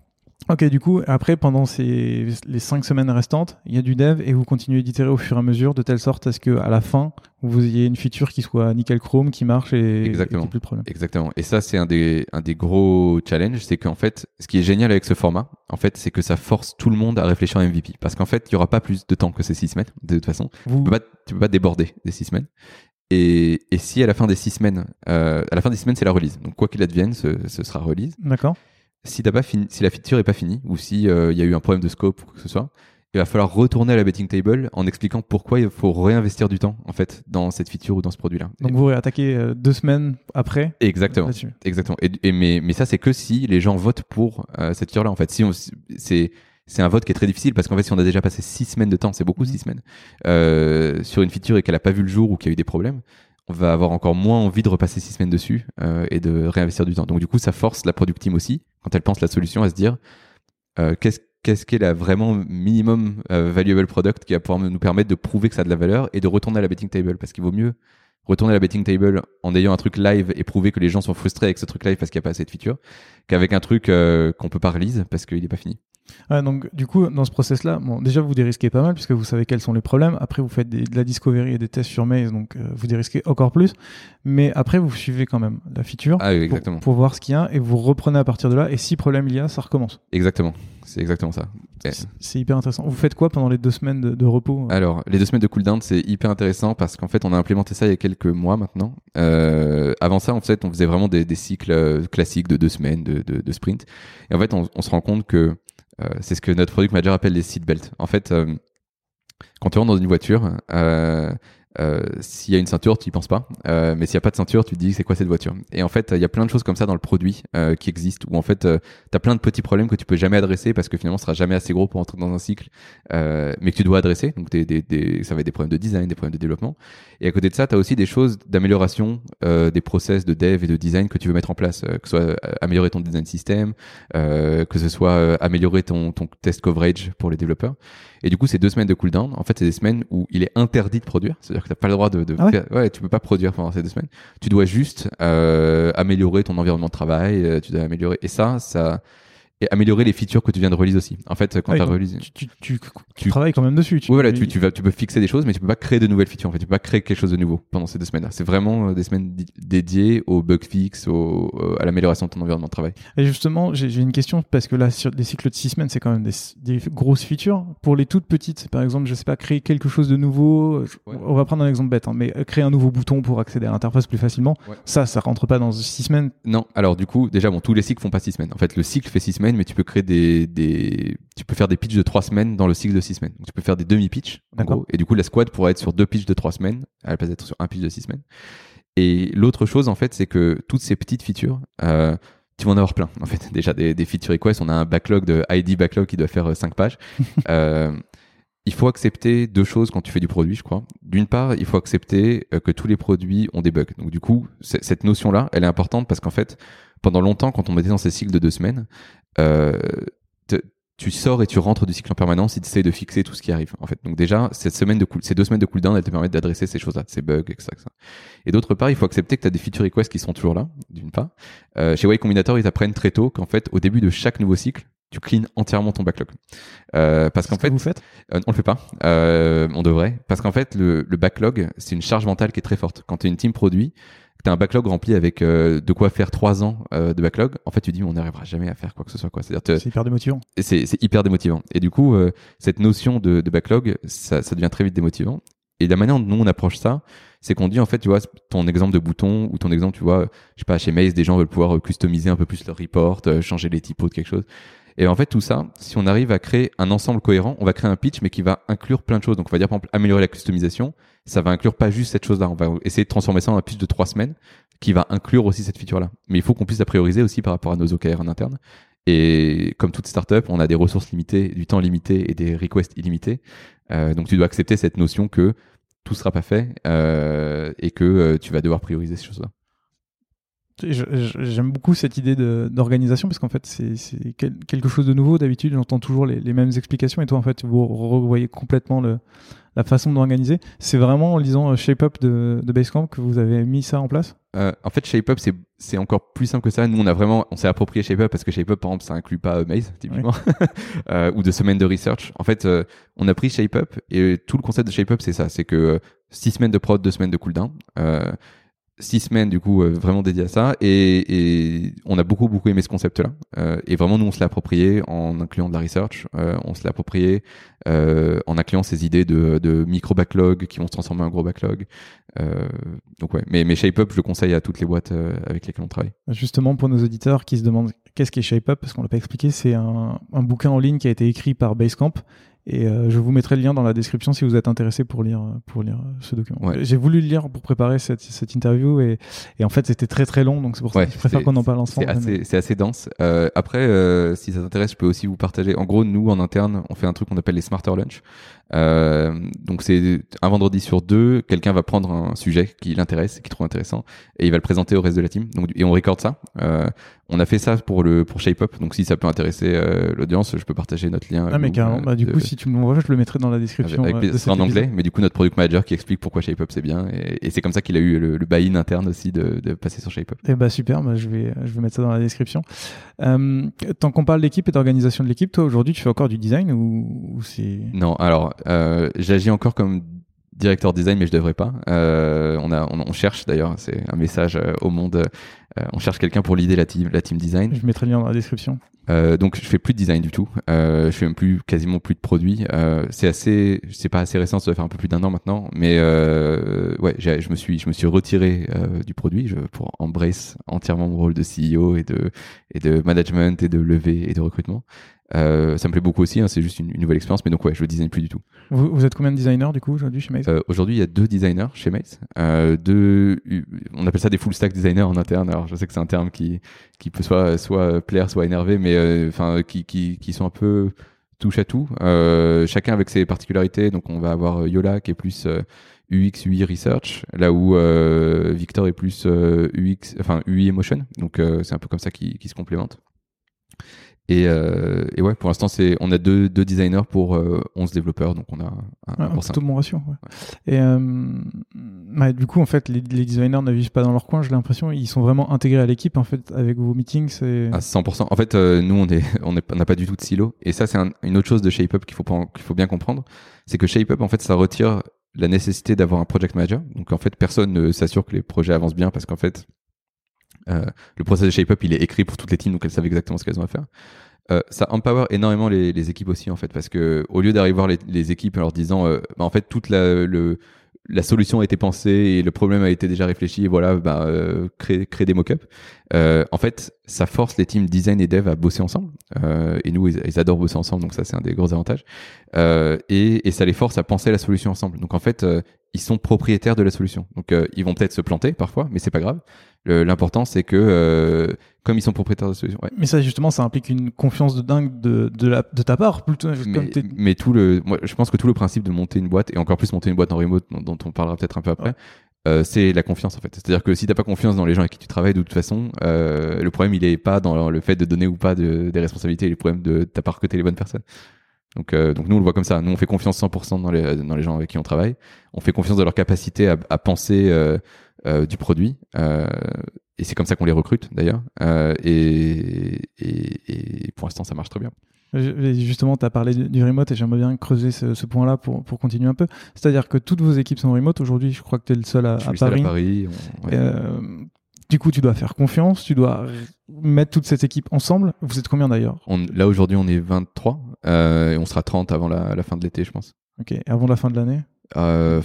[SPEAKER 1] Ok, du coup, après, pendant ces, les cinq semaines restantes, il y a du dev et vous continuez d'itérer au fur et à mesure de telle sorte à ce qu'à la fin, vous ayez une feature qui soit nickel chrome, qui marche et
[SPEAKER 2] exactement.
[SPEAKER 1] Et plus de problème.
[SPEAKER 2] Exactement. Et ça, c'est un des, un des gros challenges, c'est qu'en fait, ce qui est génial avec ce format, en fait, c'est que ça force tout le monde à réfléchir à M V P. Parce qu'en fait, il n'y aura pas plus de temps que ces six semaines, de toute façon. Vous... Tu peux pas, tu peux pas déborder des six semaines. Et, et si à la fin des six semaines, euh, à la fin des six semaines, c'est la release. Donc, quoi qu'il advienne, ce, ce sera release.
[SPEAKER 1] D'accord.
[SPEAKER 2] Si t'as pas fini, si la feature est pas finie, ou si il euh, y a eu un problème de scope ou quoi que ce soit, il va falloir retourner à la betting table en expliquant pourquoi il faut réinvestir du temps en fait dans cette feature ou dans ce produit-là.
[SPEAKER 1] Donc
[SPEAKER 2] et
[SPEAKER 1] vous réattaquez euh, deux semaines après.
[SPEAKER 2] Exactement. Là-dessus. Exactement. Et, et mais mais ça c'est que si les gens votent pour euh, cette feature-là en fait. Si on c'est c'est un vote qui est très difficile parce qu'en fait, si on a déjà passé six semaines de temps, c'est beaucoup, six semaines, euh, sur une feature et qu'elle n'a pas vu le jour ou qu'il y a eu des problèmes, on va avoir encore moins envie de repasser six semaines dessus euh, et de réinvestir du temps. Donc, du coup, ça force la product team aussi, quand elle pense la solution, à se dire euh, qu'est-ce, qu'est-ce qu'est la vraiment minimum euh, valuable product qui va pouvoir nous permettre de prouver que ça a de la valeur et de retourner à la betting table. Parce qu'il vaut mieux retourner à la betting table en ayant un truc live et prouver que les gens sont frustrés avec ce truc live parce qu'il n'y a pas assez de features qu'avec un truc euh, qu'on peut pas release parce qu'il n'est pas fini.
[SPEAKER 1] Ouais, donc du coup, dans ce process-là, bon, déjà vous dérisquez pas mal puisque vous savez quels sont les problèmes. Après, vous faites des, de la discovery et des tests sur Maze, donc euh, vous dérisquez encore plus. Mais après, vous suivez quand même la feature
[SPEAKER 2] ah, oui, exactement.
[SPEAKER 1] Pour, pour voir ce qu'il y a et vous reprenez à partir de là. Et si problème il y a, ça recommence.
[SPEAKER 2] Exactement, c'est exactement ça.
[SPEAKER 1] C'est, c'est hyper intéressant. Vous faites quoi pendant les deux semaines de, de repos?
[SPEAKER 2] Alors, les deux semaines de cooldown, c'est hyper intéressant parce qu'en fait, on a implémenté ça il y a quelques mois maintenant. Euh, avant ça, en fait, on faisait vraiment des, des cycles classiques de deux semaines de, de, de sprint. Et en fait, on, on se rend compte que Euh, c'est ce que notre product manager appelle les seatbelts. En fait, euh, quand tu rentres dans une voiture, euh, euh, s'il y a une ceinture, tu y penses pas. Euh, mais s'il n'y a pas de ceinture, tu te dis c'est quoi cette voiture. Et en fait, il y a plein de choses comme ça dans le produit euh, qui existent où en fait, euh, tu as plein de petits problèmes que tu peux jamais adresser parce que finalement, ce sera jamais assez gros pour entrer dans un cycle, euh, mais que tu dois adresser. Donc, des, des, des, ça va être des problèmes de design, des problèmes de développement. Et à côté de ça, tu as aussi des choses d'amélioration euh, des process de dev et de design que tu veux mettre en place, euh, que ce soit euh, améliorer ton design system, euh, que ce soit euh, améliorer ton, ton test coverage pour les développeurs. Et du coup, ces deux semaines de cooldown, en fait, c'est des semaines où il est interdit de produire. C'est-à-dire que t'as pas le droit de, de
[SPEAKER 1] ah ouais,
[SPEAKER 2] faire, ouais, tu peux pas produire pendant ces deux semaines. Tu dois juste euh, améliorer ton environnement de travail. Euh, tu dois améliorer. Et ça, ça et améliorer les features que tu viens de release aussi. En fait, quand
[SPEAKER 1] ouais,
[SPEAKER 2] tu as release,
[SPEAKER 1] tu, tu, tu, tu, tu travailles quand même dessus. Tu,
[SPEAKER 2] oui, voilà, tu, tu vas, tu peux fixer des choses, mais tu peux pas créer de nouvelles features. En fait, tu peux pas créer quelque chose de nouveau pendant ces deux semaines-là. C'est vraiment euh, des semaines d- dédiées au bug fix, au, euh, à l'amélioration de ton environnement de travail.
[SPEAKER 1] Et justement, j'ai, j'ai une question parce que là, sur des cycles de six semaines, c'est quand même des, des grosses features. Pour les toutes petites, par exemple, je sais pas, créer quelque chose de nouveau. Ouais. On va prendre un exemple bête, hein, mais créer un nouveau bouton pour accéder à l'interface plus facilement. Ouais. Ça, ça rentre pas dans six semaines.
[SPEAKER 2] Non. Alors du coup, déjà, bon, tous les cycles font pas six semaines. En fait, le cycle fait six semaines, mais tu peux créer des, des, tu peux faire des pitchs de trois semaines dans le cycle de six semaines. Donc, tu peux faire des demi-pitchs, en gros. Et du coup, la squad pourrait être sur deux pitchs de trois semaines, à la place d'être sur un pitch de six semaines. Et l'autre chose, en fait, c'est que toutes ces petites features, euh, tu vas en avoir plein. En fait, déjà des, des feature requests, on a un backlog de I D backlog qui doit faire cinq pages. euh, il faut accepter deux choses quand tu fais du produit, je crois. D'une part, il faut accepter euh, que tous les produits ont des bugs. Donc, du coup, cette notion-là, elle est importante parce qu'en fait, pendant longtemps, quand on mettait dans ces cycles de deux semaines, euh, te, tu sors et tu rentres du cycle en permanence et tu essaies de fixer tout ce qui arrive, en fait. Donc déjà, cette semaine de cool, ces deux semaines de cooldown, elles te permettent d'adresser ces choses-là, ces bugs, et cetera, et cetera. Et d'autre part, il faut accepter que tu as des feature requests qui sont toujours là, d'une part. Euh, chez Y Combinator, ils apprennent très tôt qu'en fait, au début de chaque nouveau cycle, tu cleans entièrement ton backlog. Euh, parce
[SPEAKER 1] qu'en
[SPEAKER 2] fait,
[SPEAKER 1] vous faites
[SPEAKER 2] euh, on le fait pas. Euh, on devrait. Parce qu'en fait, le, le backlog, c'est une charge mentale qui est très forte. Quand tu es une team produit, tu as un backlog rempli avec euh, de quoi faire trois ans euh, de backlog. En fait, tu dis, on n'arrivera jamais à faire quoi que ce soit, quoi. C'est-à-dire te...
[SPEAKER 1] c'est hyper démotivant.
[SPEAKER 2] C'est, c'est hyper démotivant. Et du coup, euh, cette notion de, de backlog, ça, ça devient très vite démotivant. Et la manière dont nous on approche ça, c'est qu'on dit en fait, tu vois, ton exemple de bouton ou ton exemple, tu vois, je sais pas, chez Maze, des gens veulent pouvoir customiser un peu plus leur report, euh, changer les typos de quelque chose. Et en fait, tout ça, si on arrive à créer un ensemble cohérent, on va créer un pitch, mais qui va inclure plein de choses. Donc, on va dire, par exemple, améliorer la customisation. Ça va inclure pas juste cette chose-là. On va essayer de transformer ça en un pitch de trois semaines qui va inclure aussi cette feature-là. Mais il faut qu'on puisse la prioriser aussi par rapport à nos O K R en interne. Et comme toute startup, on a des ressources limitées, du temps limité et des requests illimités. Euh, donc, tu dois accepter cette notion que tout sera pas fait euh, et que euh, tu vas devoir prioriser ces choses-là.
[SPEAKER 1] J'aime beaucoup cette idée de, d'organisation parce qu'en fait c'est, c'est quelque chose de nouveau. D'habitude j'entends toujours les, les mêmes explications et toi en fait vous revoyez complètement le, la façon d'organiser. C'est vraiment en lisant ShapeUp de, de Basecamp que vous avez mis ça en place?
[SPEAKER 2] euh, En fait ShapeUp c'est, c'est encore plus simple que ça. Nous on a vraiment, on s'est approprié ShapeUp parce que ShapeUp par exemple ça inclut pas Maze typiquement oui. euh, ou de semaines de research. En fait euh, on a pris ShapeUp et tout le concept de ShapeUp c'est ça, c'est que euh, six semaines de prod, deux semaines de cooldown. Euh, six semaines du coup euh, vraiment dédiées à ça et, et on a beaucoup beaucoup aimé ce concept là euh, et vraiment nous on se l'a approprié en incluant de la research, euh, on se l'a approprié euh, en incluant ces idées de, de micro backlog qui vont se transformer en gros backlog. Euh, donc ouais, mais, mais ShapeUp je le conseille à toutes les boîtes euh, avec lesquelles on travaille.
[SPEAKER 1] Justement pour nos auditeurs qui se demandent qu'est-ce qu'est ShapeUp parce qu'on l'a pas expliqué, c'est un, un bouquin en ligne qui a été écrit par Basecamp Et euh, je vous mettrai le lien dans la description si vous êtes intéressé pour lire, pour lire ce document.
[SPEAKER 2] Ouais.
[SPEAKER 1] J'ai voulu le lire pour préparer cette, cette interview et, et en fait c'était très très long, donc c'est pour ça
[SPEAKER 2] ouais,
[SPEAKER 1] que je préfère qu'on en parle ensemble.
[SPEAKER 2] C'est assez, c'est assez dense. Euh, après, euh, si ça t'intéresse, je peux aussi vous partager. En gros, nous en interne, on fait un truc qu'on appelle les Smarter Lunch. Euh, donc c'est un vendredi sur deux, quelqu'un va prendre un sujet qui l'intéresse, qui trouve intéressant, et il va le présenter au reste de la team. Donc et on recorde ça. Euh, on a fait ça pour le pour ShapeUp. Donc si ça peut intéresser euh, l'audience, je peux partager notre lien.
[SPEAKER 1] Ah mais
[SPEAKER 2] nous,
[SPEAKER 1] carrément.
[SPEAKER 2] euh,
[SPEAKER 1] bah, du
[SPEAKER 2] de,
[SPEAKER 1] coup, si tu me l'envoies, je le mettrai dans la description.
[SPEAKER 2] Avec, avec,
[SPEAKER 1] euh,
[SPEAKER 2] c'est en anglais, mais du coup notre product manager qui explique pourquoi ShapeUp c'est bien, et, et c'est comme ça qu'il a eu le, le buy-in interne aussi de, de passer sur ShapeUp.
[SPEAKER 1] Et bah super. Bah, je vais je vais mettre ça dans la description. Euh, tant qu'on parle d'équipe et d'organisation de l'équipe, toi aujourd'hui, tu fais encore du design ou, ou c'est
[SPEAKER 2] Non, alors euh, j'agis encore comme directeur design, mais je devrais pas. Euh, on a, on, on cherche d'ailleurs, c'est un message euh, au monde. Euh, on cherche quelqu'un pour l'idée la team, la team design.
[SPEAKER 1] Je mettrai le lien dans la description.
[SPEAKER 2] Euh, donc je fais plus de design du tout. Euh, je fais même plus, quasiment plus de produits. Euh, c'est assez, c'est pas assez récent, ça doit faire un peu plus d'un an maintenant. Mais euh, ouais, j'ai, je me suis, je me suis retiré euh, du produit je, pour embrace entièrement mon rôle de C E O et de et de management et de levée et de recrutement. Euh, ça me plaît beaucoup aussi, hein, c'est juste une, une nouvelle expérience, mais donc ouais, je design plus du tout.
[SPEAKER 1] Vous, vous êtes combien de designers du coup aujourd'hui chez Maze?
[SPEAKER 2] euh, Aujourd'hui, il y a deux designers chez Maze. Euh, deux, on appelle ça des full stack designers en interne. Alors je sais que c'est un terme qui qui peut soit soit plaire, soit énerver, mais enfin euh, qui qui qui sont un peu touche à tout. Euh, chacun avec ses particularités. Donc on va avoir Yola qui est plus euh, U X U I research, là où euh, Victor est plus euh, U X, enfin U I emotion. Donc euh, c'est un peu comme ça qui qui se complémentent. Et, euh, et ouais, pour l'instant, c'est, on a deux, deux designers pour euh, onze développeurs, donc on a un,
[SPEAKER 1] un,
[SPEAKER 2] un pour
[SPEAKER 1] plutôt bon ratio. Ouais. Ouais. Et euh, bah, du coup, en fait, les, les designers ne vivent pas dans leur coin. J'ai l'impression, ils sont vraiment intégrés à l'équipe. En fait, avec vos meetings, c'est
[SPEAKER 2] à cent pour cent. En fait, euh, nous, on est, on est, on n'a pas du tout de silo. Et ça, c'est un, une autre chose de ShapeUp qu'il faut qu'il faut bien comprendre, c'est que ShapeUp, en fait, ça retire la nécessité d'avoir un project manager. Donc, en fait, personne ne s'assure que les projets avancent bien parce qu'en fait, euh, le process de ShapeUp, il est écrit pour toutes les teams, donc elles savent exactement ce qu'elles ont à faire. Euh, ça empower énormément les, les équipes aussi en fait, parce que au lieu d'arriver voir les, les équipes en leur disant euh, bah, en fait toute la, le, la solution a été pensée et le problème a été déjà réfléchi et voilà, bah, euh, créer, créer des mock-ups, euh, en fait ça force les teams design et dev à bosser ensemble, euh, et nous ils, ils adorent bosser ensemble, donc ça c'est un des gros avantages, euh, et, et ça les force à penser la solution ensemble. Donc en fait euh, ils sont propriétaires de la solution, donc euh, ils vont peut-être se planter parfois, mais c'est pas grave. Le, l'important c'est que euh, comme ils sont propriétaires de la solution. Ouais.
[SPEAKER 1] Mais ça justement, ça implique une confiance de dingue de de, la, de ta part plutôt.
[SPEAKER 2] Mais, mais tout le, moi je pense que tout le principe de monter une boîte et encore plus monter une boîte en remote dont, dont on parlera peut-être un peu après, ouais. euh, c'est la confiance en fait. C'est-à-dire que si t'as pas confiance dans les gens avec qui tu travailles, de toute façon, euh, le problème il est pas dans le fait de donner ou pas de, des responsabilités, il est le problème de t'as pas recruté les bonnes personnes. Donc, euh, donc nous on le voit comme ça. Nous on fait confiance cent pour cent dans les dans les gens avec qui on travaille. On fait confiance dans leur capacité à, à penser euh, euh, du produit. Euh, et c'est comme ça qu'on les recrute d'ailleurs. Euh, et, et, et pour l'instant ça marche très bien.
[SPEAKER 1] Justement, tu as parlé du remote et j'aimerais bien creuser ce, ce point-là pour, pour continuer un peu. C'est-à-dire que toutes vos équipes sont remote. Aujourd'hui, je crois que tu es le seul à,
[SPEAKER 2] je suis
[SPEAKER 1] à
[SPEAKER 2] le
[SPEAKER 1] Paris.
[SPEAKER 2] Seul à Paris. On, ouais.
[SPEAKER 1] euh, du coup, tu dois faire confiance, tu dois mettre toute cette équipe ensemble. Vous êtes combien d'ailleurs?
[SPEAKER 2] on, Là, aujourd'hui, on est vingt-trois euh, et on sera trente avant la, la fin de l'été, je pense.
[SPEAKER 1] Ok, et avant la fin de l'année
[SPEAKER 2] euh,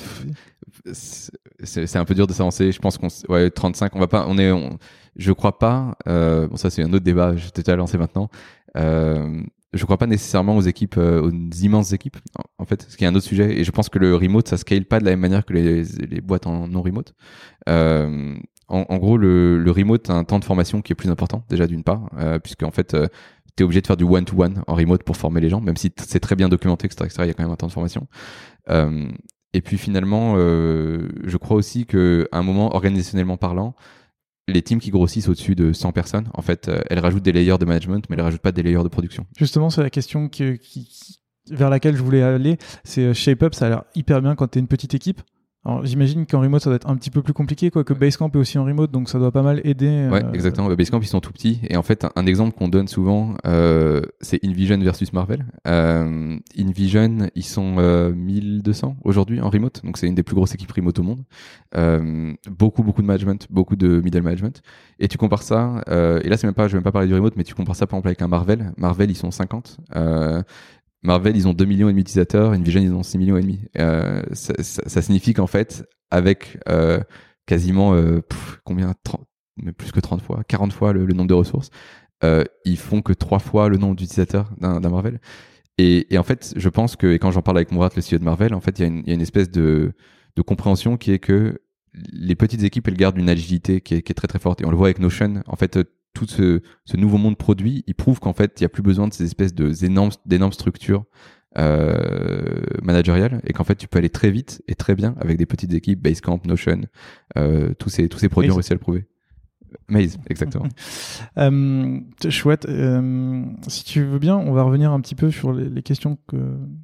[SPEAKER 2] c'est, c'est un peu dur de s'avancer. Je pense qu'on ouais, trente-cinq, on va pas, on est, on, je crois pas, euh, bon, ça c'est un autre débat, je t'ai déjà lancé maintenant. Euh, je crois pas nécessairement aux équipes, euh, aux immenses équipes, en, en fait, ce qui est un autre sujet. Et je pense que le remote, ça scale pas de la même manière que les, les boîtes en non remote. Euh, en, en gros, le, le remote a un temps de formation qui est plus important, déjà d'une part, euh, puisque en fait, euh, t'es obligé de faire du one-to-one en remote pour former les gens, même si c'est très bien documenté, et cetera, et cetera, il y a quand même un temps de formation. Euh, et puis finalement, euh, je crois aussi que à un moment, organisationnellement parlant, les teams qui grossissent au-dessus de cent personnes, en fait, euh, elles rajoutent des layers de management, mais elles rajoutent pas des layers de production.
[SPEAKER 1] Justement, c'est la question qui, qui, qui, vers laquelle je voulais aller. C'est ShapeUp, ça a l'air hyper bien quand t'es une petite équipe. Alors, j'imagine qu'en remote, ça doit être un petit peu plus compliqué, quoi, que Basecamp est aussi en remote, donc ça doit pas mal aider.
[SPEAKER 2] Ouais,
[SPEAKER 1] euh...
[SPEAKER 2] exactement. Basecamp, ils sont tout petits. Et en fait, un, un exemple qu'on donne souvent, euh, c'est InVision versus Marvel. Euh, InVision, ils sont euh, mille deux cents aujourd'hui en remote, donc c'est une des plus grosses équipes remote au monde. Euh, beaucoup, beaucoup de management, beaucoup de middle management. Et tu compares ça, euh, et là, c'est même pas, je vais même pas parler du remote, mais tu compares ça par exemple avec un Marvel. Marvel, ils sont cinquante. Euh, Marvel, ils ont deux millions et demi d'utilisateurs, InVision, ils ont six millions et demi. Euh, ça, ça, ça signifie qu'en fait, avec euh, quasiment euh, pff, combien trente, mais plus que trente fois, quarante fois le, le nombre de ressources, euh, ils font que trois fois le nombre d'utilisateurs d'un, d'un Marvel. Et, et en fait, je pense que, et quand j'en parle avec Mourad, le C E O de Marvel, en fait, il y a une, il y a une espèce de, de compréhension qui est que les petites équipes, elles gardent une agilité qui est, qui est très très forte. Et on le voit avec Notion. En fait, tout ce, ce nouveau monde produit, il prouve qu'en fait, il n'y a plus besoin de ces espèces de, d'énormes, d'énormes structures euh, managériales, et qu'en fait, tu peux aller très vite et très bien avec des petites équipes, Basecamp, Notion, euh, tous ces, tous ces produits ont réussi à le prouver. Maze, exactement.
[SPEAKER 1] euh, chouette. Euh, si tu veux bien, on va revenir un petit peu sur les, les questions que,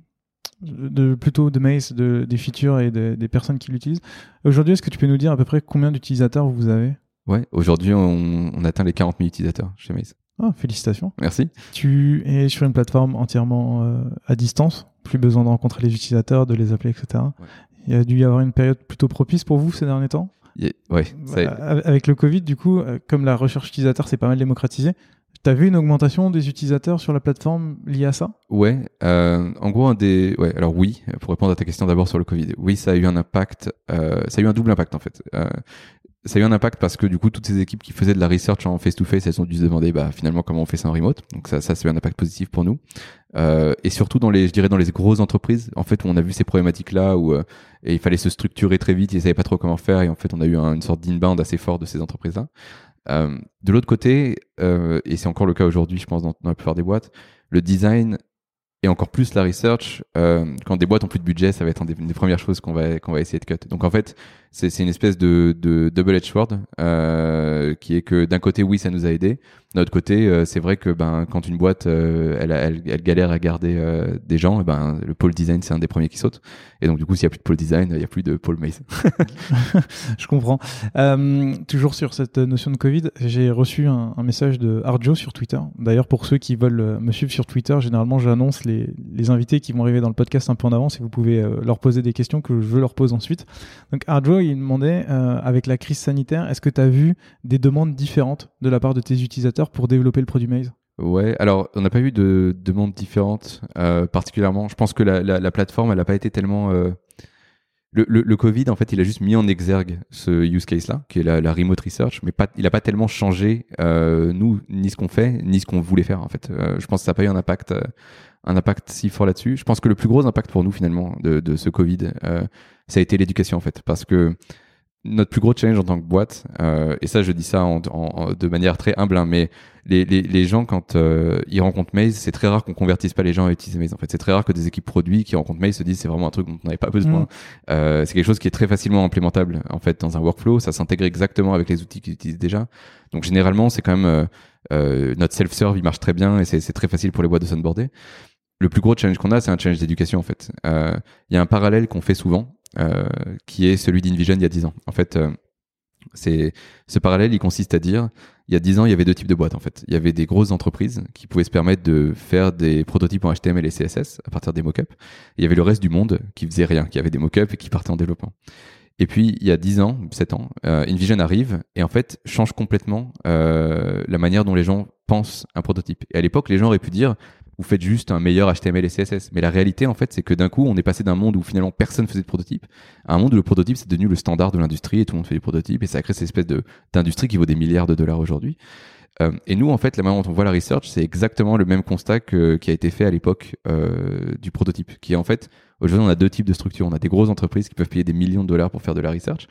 [SPEAKER 1] de, plutôt de Maze, de, des features et de, des personnes qui l'utilisent. Aujourd'hui, est-ce que tu peux nous dire à peu près combien d'utilisateurs vous avez ?
[SPEAKER 2] Ouais, aujourd'hui, on, on atteint les quarante mille utilisateurs chez Maze.
[SPEAKER 1] Ah, félicitations.
[SPEAKER 2] Merci.
[SPEAKER 1] Tu es sur une plateforme entièrement euh, à distance, plus besoin de rencontrer les utilisateurs, de les appeler, et cetera. Ouais. Il y a dû y avoir une période plutôt propice pour vous ces derniers temps ?
[SPEAKER 2] Yeah, ouais, ça...
[SPEAKER 1] Avec le Covid, du coup, comme la recherche utilisateur s'est pas mal démocratisée, t'as vu une augmentation des utilisateurs sur la plateforme liée à ça ?
[SPEAKER 2] Ouais, euh, en gros, un des... Ouais, alors oui, pour répondre à ta question d'abord sur le Covid, oui, ça a eu un impact, euh, ça a eu un double impact en fait. Euh, ça a eu un impact parce que du coup, toutes ces équipes qui faisaient de la research en face-to-face, elles ont dû se demander bah, finalement comment on fait ça en remote. Donc ça, ça, ça a eu un impact positif pour nous. Euh, et surtout dans les, je dirais dans les grosses entreprises, en fait, où on a vu ces problématiques-là, où euh, et il fallait se structurer très vite, ils ne savaient pas trop comment faire, et en fait, on a eu un, une sorte d'inbound assez fort de ces entreprises-là. Euh, de l'autre côté, euh, et c'est encore le cas aujourd'hui, je pense, dans, dans la plupart des boîtes, le design et encore plus la research, euh, quand des boîtes ont plus de budget, ça va être une des, une des premières choses qu'on va, qu'on va essayer de cut. Donc en fait, c'est, c'est une espèce de, de double-edged sword, euh, qui est que d'un côté, oui, ça nous a aidé. D'un autre côté, euh, c'est vrai que ben, quand une boîte, euh, elle, elle, elle galère à garder euh, des gens, et ben, le pôle design, c'est un des premiers qui saute. Et donc du coup, s'il n'y a plus de pôle design, il n'y a plus de pôle Maze.
[SPEAKER 1] Je comprends. Euh, toujours sur cette notion de Covid, j'ai reçu un, un message de Arjo sur Twitter. D'ailleurs, pour ceux qui veulent me suivre sur Twitter, généralement, j'annonce les Les, les invités qui vont arriver dans le podcast un peu en avance et vous pouvez euh, leur poser des questions que je leur pose ensuite. Donc Arjo, il demandait, euh, avec la crise sanitaire, est-ce que tu as vu des demandes différentes de la part de tes utilisateurs pour développer le produit Maze ?
[SPEAKER 2] Ouais, alors on n'a pas eu de demandes différentes euh, particulièrement. Je pense que la, la, la plateforme, elle n'a pas été tellement... Euh... Le, le, le Covid, en fait, il a juste mis en exergue ce use case-là, qui est la, la remote research, mais pas, il n'a pas tellement changé, euh, nous, ni ce qu'on fait, ni ce qu'on voulait faire, en fait. Euh, je pense que ça n'a pas eu un impact... Euh, un impact si fort là-dessus. Je pense que le plus gros impact pour nous finalement de, de ce Covid, euh, ça a été l'éducation en fait, parce que notre plus gros challenge en tant que boîte, euh, et ça je dis ça en, en, de manière très humble, hein, mais les, les, les gens quand euh, ils rencontrent Maze, c'est très rare qu'on convertisse pas les gens à utiliser Maze. En fait, c'est très rare que des équipes produits qui rencontrent Maze se disent c'est vraiment un truc dont on n'avait pas besoin. Mmh. Euh, c'est quelque chose qui est très facilement implémentable en fait dans un workflow. Ça s'intègre exactement avec les outils qu'ils utilisent déjà. Donc généralement c'est quand même euh, euh, notre self-serve il marche très bien et c'est, c'est très facile pour les boîtes de s'onboarder. Le plus gros challenge qu'on a, c'est un challenge d'éducation en fait. Il euh, y a un parallèle qu'on fait souvent, euh, qui est celui d'InVision il y a dix ans. En fait, euh, c'est ce parallèle, il consiste à dire, il y a dix ans, il y avait deux types de boîtes en fait. Il y avait des grosses entreprises qui pouvaient se permettre de faire des prototypes en H T M L et C S S à partir des mock-ups. Il y avait le reste du monde qui faisait rien, qui avait des mock-ups et qui partait en développement. Et puis, il y a dix ans, sept ans, euh, InVision arrive et en fait change complètement euh, la manière dont les gens pensent un prototype. Et à l'époque, les gens auraient pu dire vous faites juste un meilleur H T M L et C S S. Mais la réalité, en fait, c'est que d'un coup, on est passé d'un monde où finalement personne faisait de prototype à un monde où le prototype, c'est devenu le standard de l'industrie et tout le monde fait des prototypes et ça a créé cette espèce de, d'industrie qui vaut des milliards de dollars aujourd'hui. Euh, et nous, en fait, la manière dont on voit la research, c'est exactement le même constat que, qui a été fait à l'époque euh, du prototype, qui est en fait, aujourd'hui, on a deux types de structures. On a des grosses entreprises qui peuvent payer des millions de dollars pour faire de la research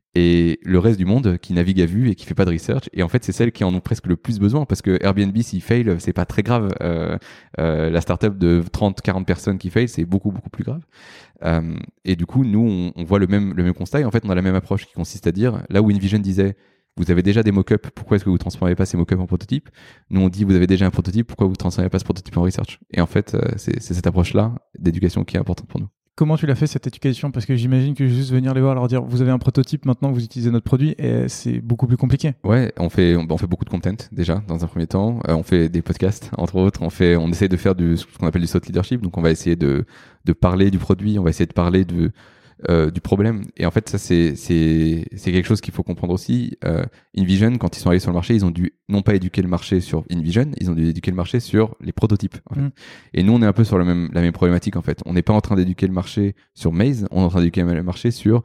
[SPEAKER 2] et le reste du monde qui navigue à vue et qui fait pas de research. Et en fait, c'est celles qui en ont presque le plus besoin parce que Airbnb, s'il fail, c'est pas très grave. Euh, euh, la startup de trente, quarante personnes qui fail, c'est beaucoup, beaucoup plus grave. Euh, et du coup, nous, on, on voit le même, le même constat et en fait, on a la même approche qui consiste à dire, là où InVision disait, vous avez déjà des mock-ups, pourquoi est-ce que vous ne transformez pas ces mock-ups en prototypes ? Nous, on dit, vous avez déjà un prototype, pourquoi vous ne transformez pas ce prototype en research ? Et en fait, euh, c'est, c'est cette approche-là d'éducation qui est importante pour nous.
[SPEAKER 1] Comment tu l'as fait cette éducation ? Parce que j'imagine que juste venir les voir, leur dire vous avez un prototype, maintenant vous utilisez notre produit, et c'est beaucoup plus compliqué.
[SPEAKER 2] Ouais, on fait on, on fait beaucoup de content déjà dans un premier temps. Euh, on fait des podcasts entre autres. On fait on essaie de faire du ce qu'on appelle du thought leadership. Donc on va essayer de de parler du produit, on va essayer de parler de Euh, du problème. Et en fait, ça, c'est, c'est, c'est quelque chose qu'il faut comprendre aussi. Euh, InVision, quand ils sont allés sur le marché, ils ont dû non pas éduquer le marché sur InVision, ils ont dû éduquer le marché sur les prototypes. En fait. Mm. Et nous, on est un peu sur le même, la même problématique, en fait. On n'est pas en train d'éduquer le marché sur Maze, on est en train d'éduquer le marché sur